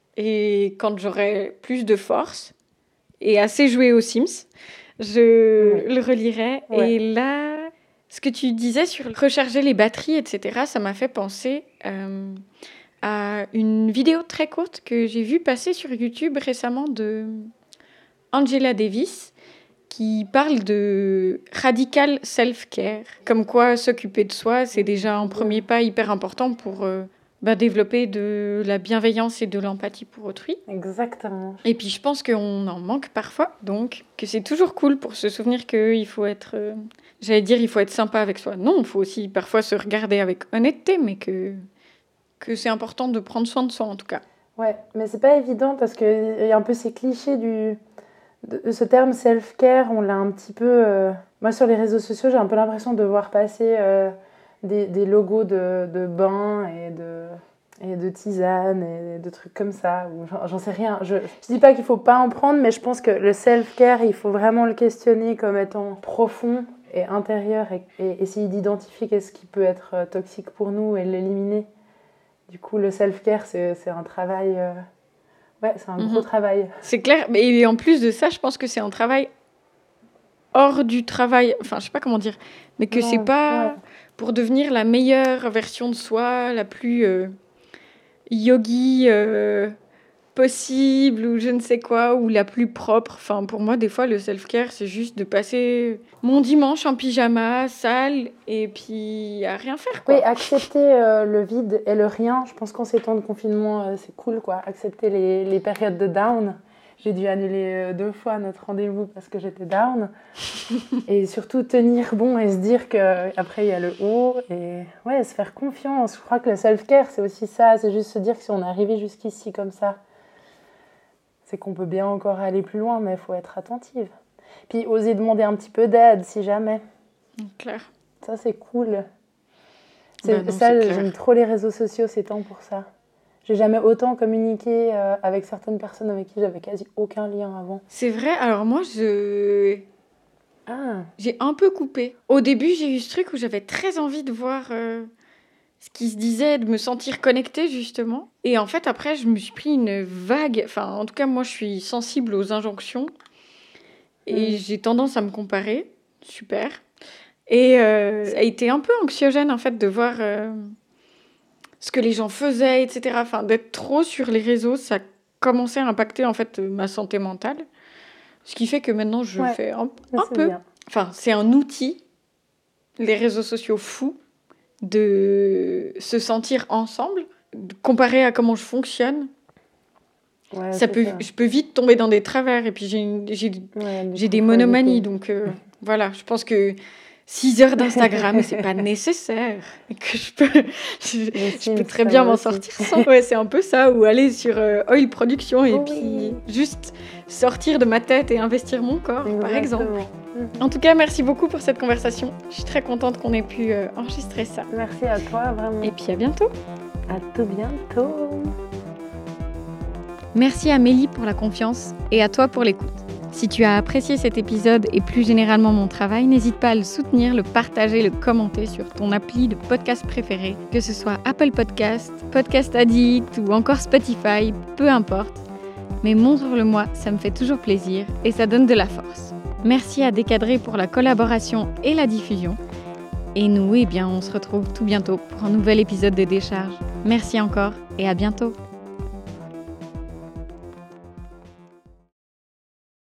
Et quand j'aurai plus de force et assez joué aux Sims, je oui. le relirai. Ouais. Et là, ce que tu disais sur recharger les batteries, et cetera, ça m'a fait penser... Euh, à une vidéo très courte que j'ai vue passer sur YouTube récemment de... Angela Davis, qui parle de radical self-care. Comme quoi, s'occuper de soi, c'est déjà un premier pas hyper important pour euh, bah, développer de la bienveillance et de l'empathie pour autrui. Exactement. Et puis, je pense qu'on en manque parfois, donc que c'est toujours cool pour se souvenir qu'il faut être... Euh, j'allais dire, il faut être sympa avec soi. Non, il faut aussi parfois se regarder avec honnêteté, mais que, que c'est important de prendre soin de soi, en tout cas. Ouais, mais c'est pas évident parce qu'il y a un peu ces clichés du... De ce terme self-care, on l'a un petit peu... Euh... Moi, sur les réseaux sociaux, j'ai un peu l'impression de voir passer euh, des, des logos de, de bains et de, et de tisanes et de trucs comme ça. Ou j'en, j'en sais rien. Je ne dis pas qu'il ne faut pas en prendre, mais je pense que le self-care, il faut vraiment le questionner comme étant profond et intérieur et, et essayer d'identifier qu'est-ce qui peut être toxique pour nous et l'éliminer. Du coup, le self-care, c'est, c'est un travail... Euh... Ouais, c'est un Mhm. gros travail. C'est clair. Et en plus de ça, je pense que c'est un travail hors du travail. Enfin, je sais pas comment dire. Mais que Non, c'est pas ouais. pour devenir la meilleure version de soi, la plus euh, yogi euh, possible, ou je ne sais quoi, ou la plus propre. Enfin, pour moi, des fois, le self-care, c'est juste de passer mon dimanche en pyjama, sale, et puis à rien faire, quoi. Oui, accepter euh, le vide et le rien. Je pense qu'en ces temps de confinement, euh, c'est cool, quoi. Accepter les, les périodes de down. J'ai dû annuler euh, deux fois notre rendez-vous parce que j'étais down. Et surtout tenir bon et se dire qu'après, il y a le haut. Et ouais, se faire confiance. Je crois que le self-care, c'est aussi ça. C'est juste se dire que si on est arrivé jusqu'ici comme ça, c'est qu'on peut bien encore aller plus loin, mais il faut être attentive. Puis oser demander un petit peu d'aide, si jamais. Claire. Ça, c'est cool. C'est, Bah non, ça, c'est clair. j'aime trop les réseaux sociaux ces temps pour ça. J'ai jamais autant communiqué euh, avec certaines personnes avec qui j'avais quasi aucun lien avant. C'est vrai. Alors moi, je... Ah, j'ai un peu coupé. Au début, j'ai eu ce truc où j'avais très envie de voir euh, ce qui se disait, de me sentir connectée, justement. Et en fait, après, je me suis pris une vague... Enfin, en tout cas, moi, je suis sensible aux injonctions. Et Mm. j'ai tendance à me comparer. Super. Et euh, ça a été un peu anxiogène, en fait, de voir euh, ce que les gens faisaient, et cetera. Enfin, d'être trop sur les réseaux, ça commençait à impacter, en fait, ma santé mentale. Ce qui fait que maintenant, je Ouais, fais un, mais un c'est peu... bien. Enfin, c'est un outil, les réseaux sociaux fous, de se sentir ensemble, comparé à comment je fonctionne. Ouais, Ça c'est peut, ça. je peux vite tomber dans des travers. Et puis, j'ai, une- j'ai, Ouais, du j'ai coup, des faut monomanies. éviter. Donc, euh, voilà, je pense que six heures d'Instagram, c'est pas nécessaire. Et que je peux, je, Les je peux Sims, très ça bien va m'en aussi. sortir sans. Ouais, c'est un peu ça. Ou aller sur euh, Oil Production et Oh puis oui. juste sortir de ma tête et investir mon corps, par exemple. Exactement. Mhm. En tout cas, merci beaucoup pour cette conversation. Je suis très contente qu'on ait pu euh, enregistrer ça. Merci à toi, vraiment. Et puis à bientôt. À tout bientôt. Merci à Mélie pour la confiance et à toi pour l'écoute. Si tu as apprécié cet épisode et plus généralement mon travail, n'hésite pas à le soutenir, le partager, le commenter sur ton appli de podcast préféré, que ce soit Apple Podcast, Podcast Addict ou encore Spotify, peu importe. Mais montre-le-moi, ça me fait toujours plaisir et ça donne de la force. Merci à Décadré pour la collaboration et la diffusion. Et nous, eh bien, on se retrouve tout bientôt pour un nouvel épisode de Décharge. Merci encore et à bientôt.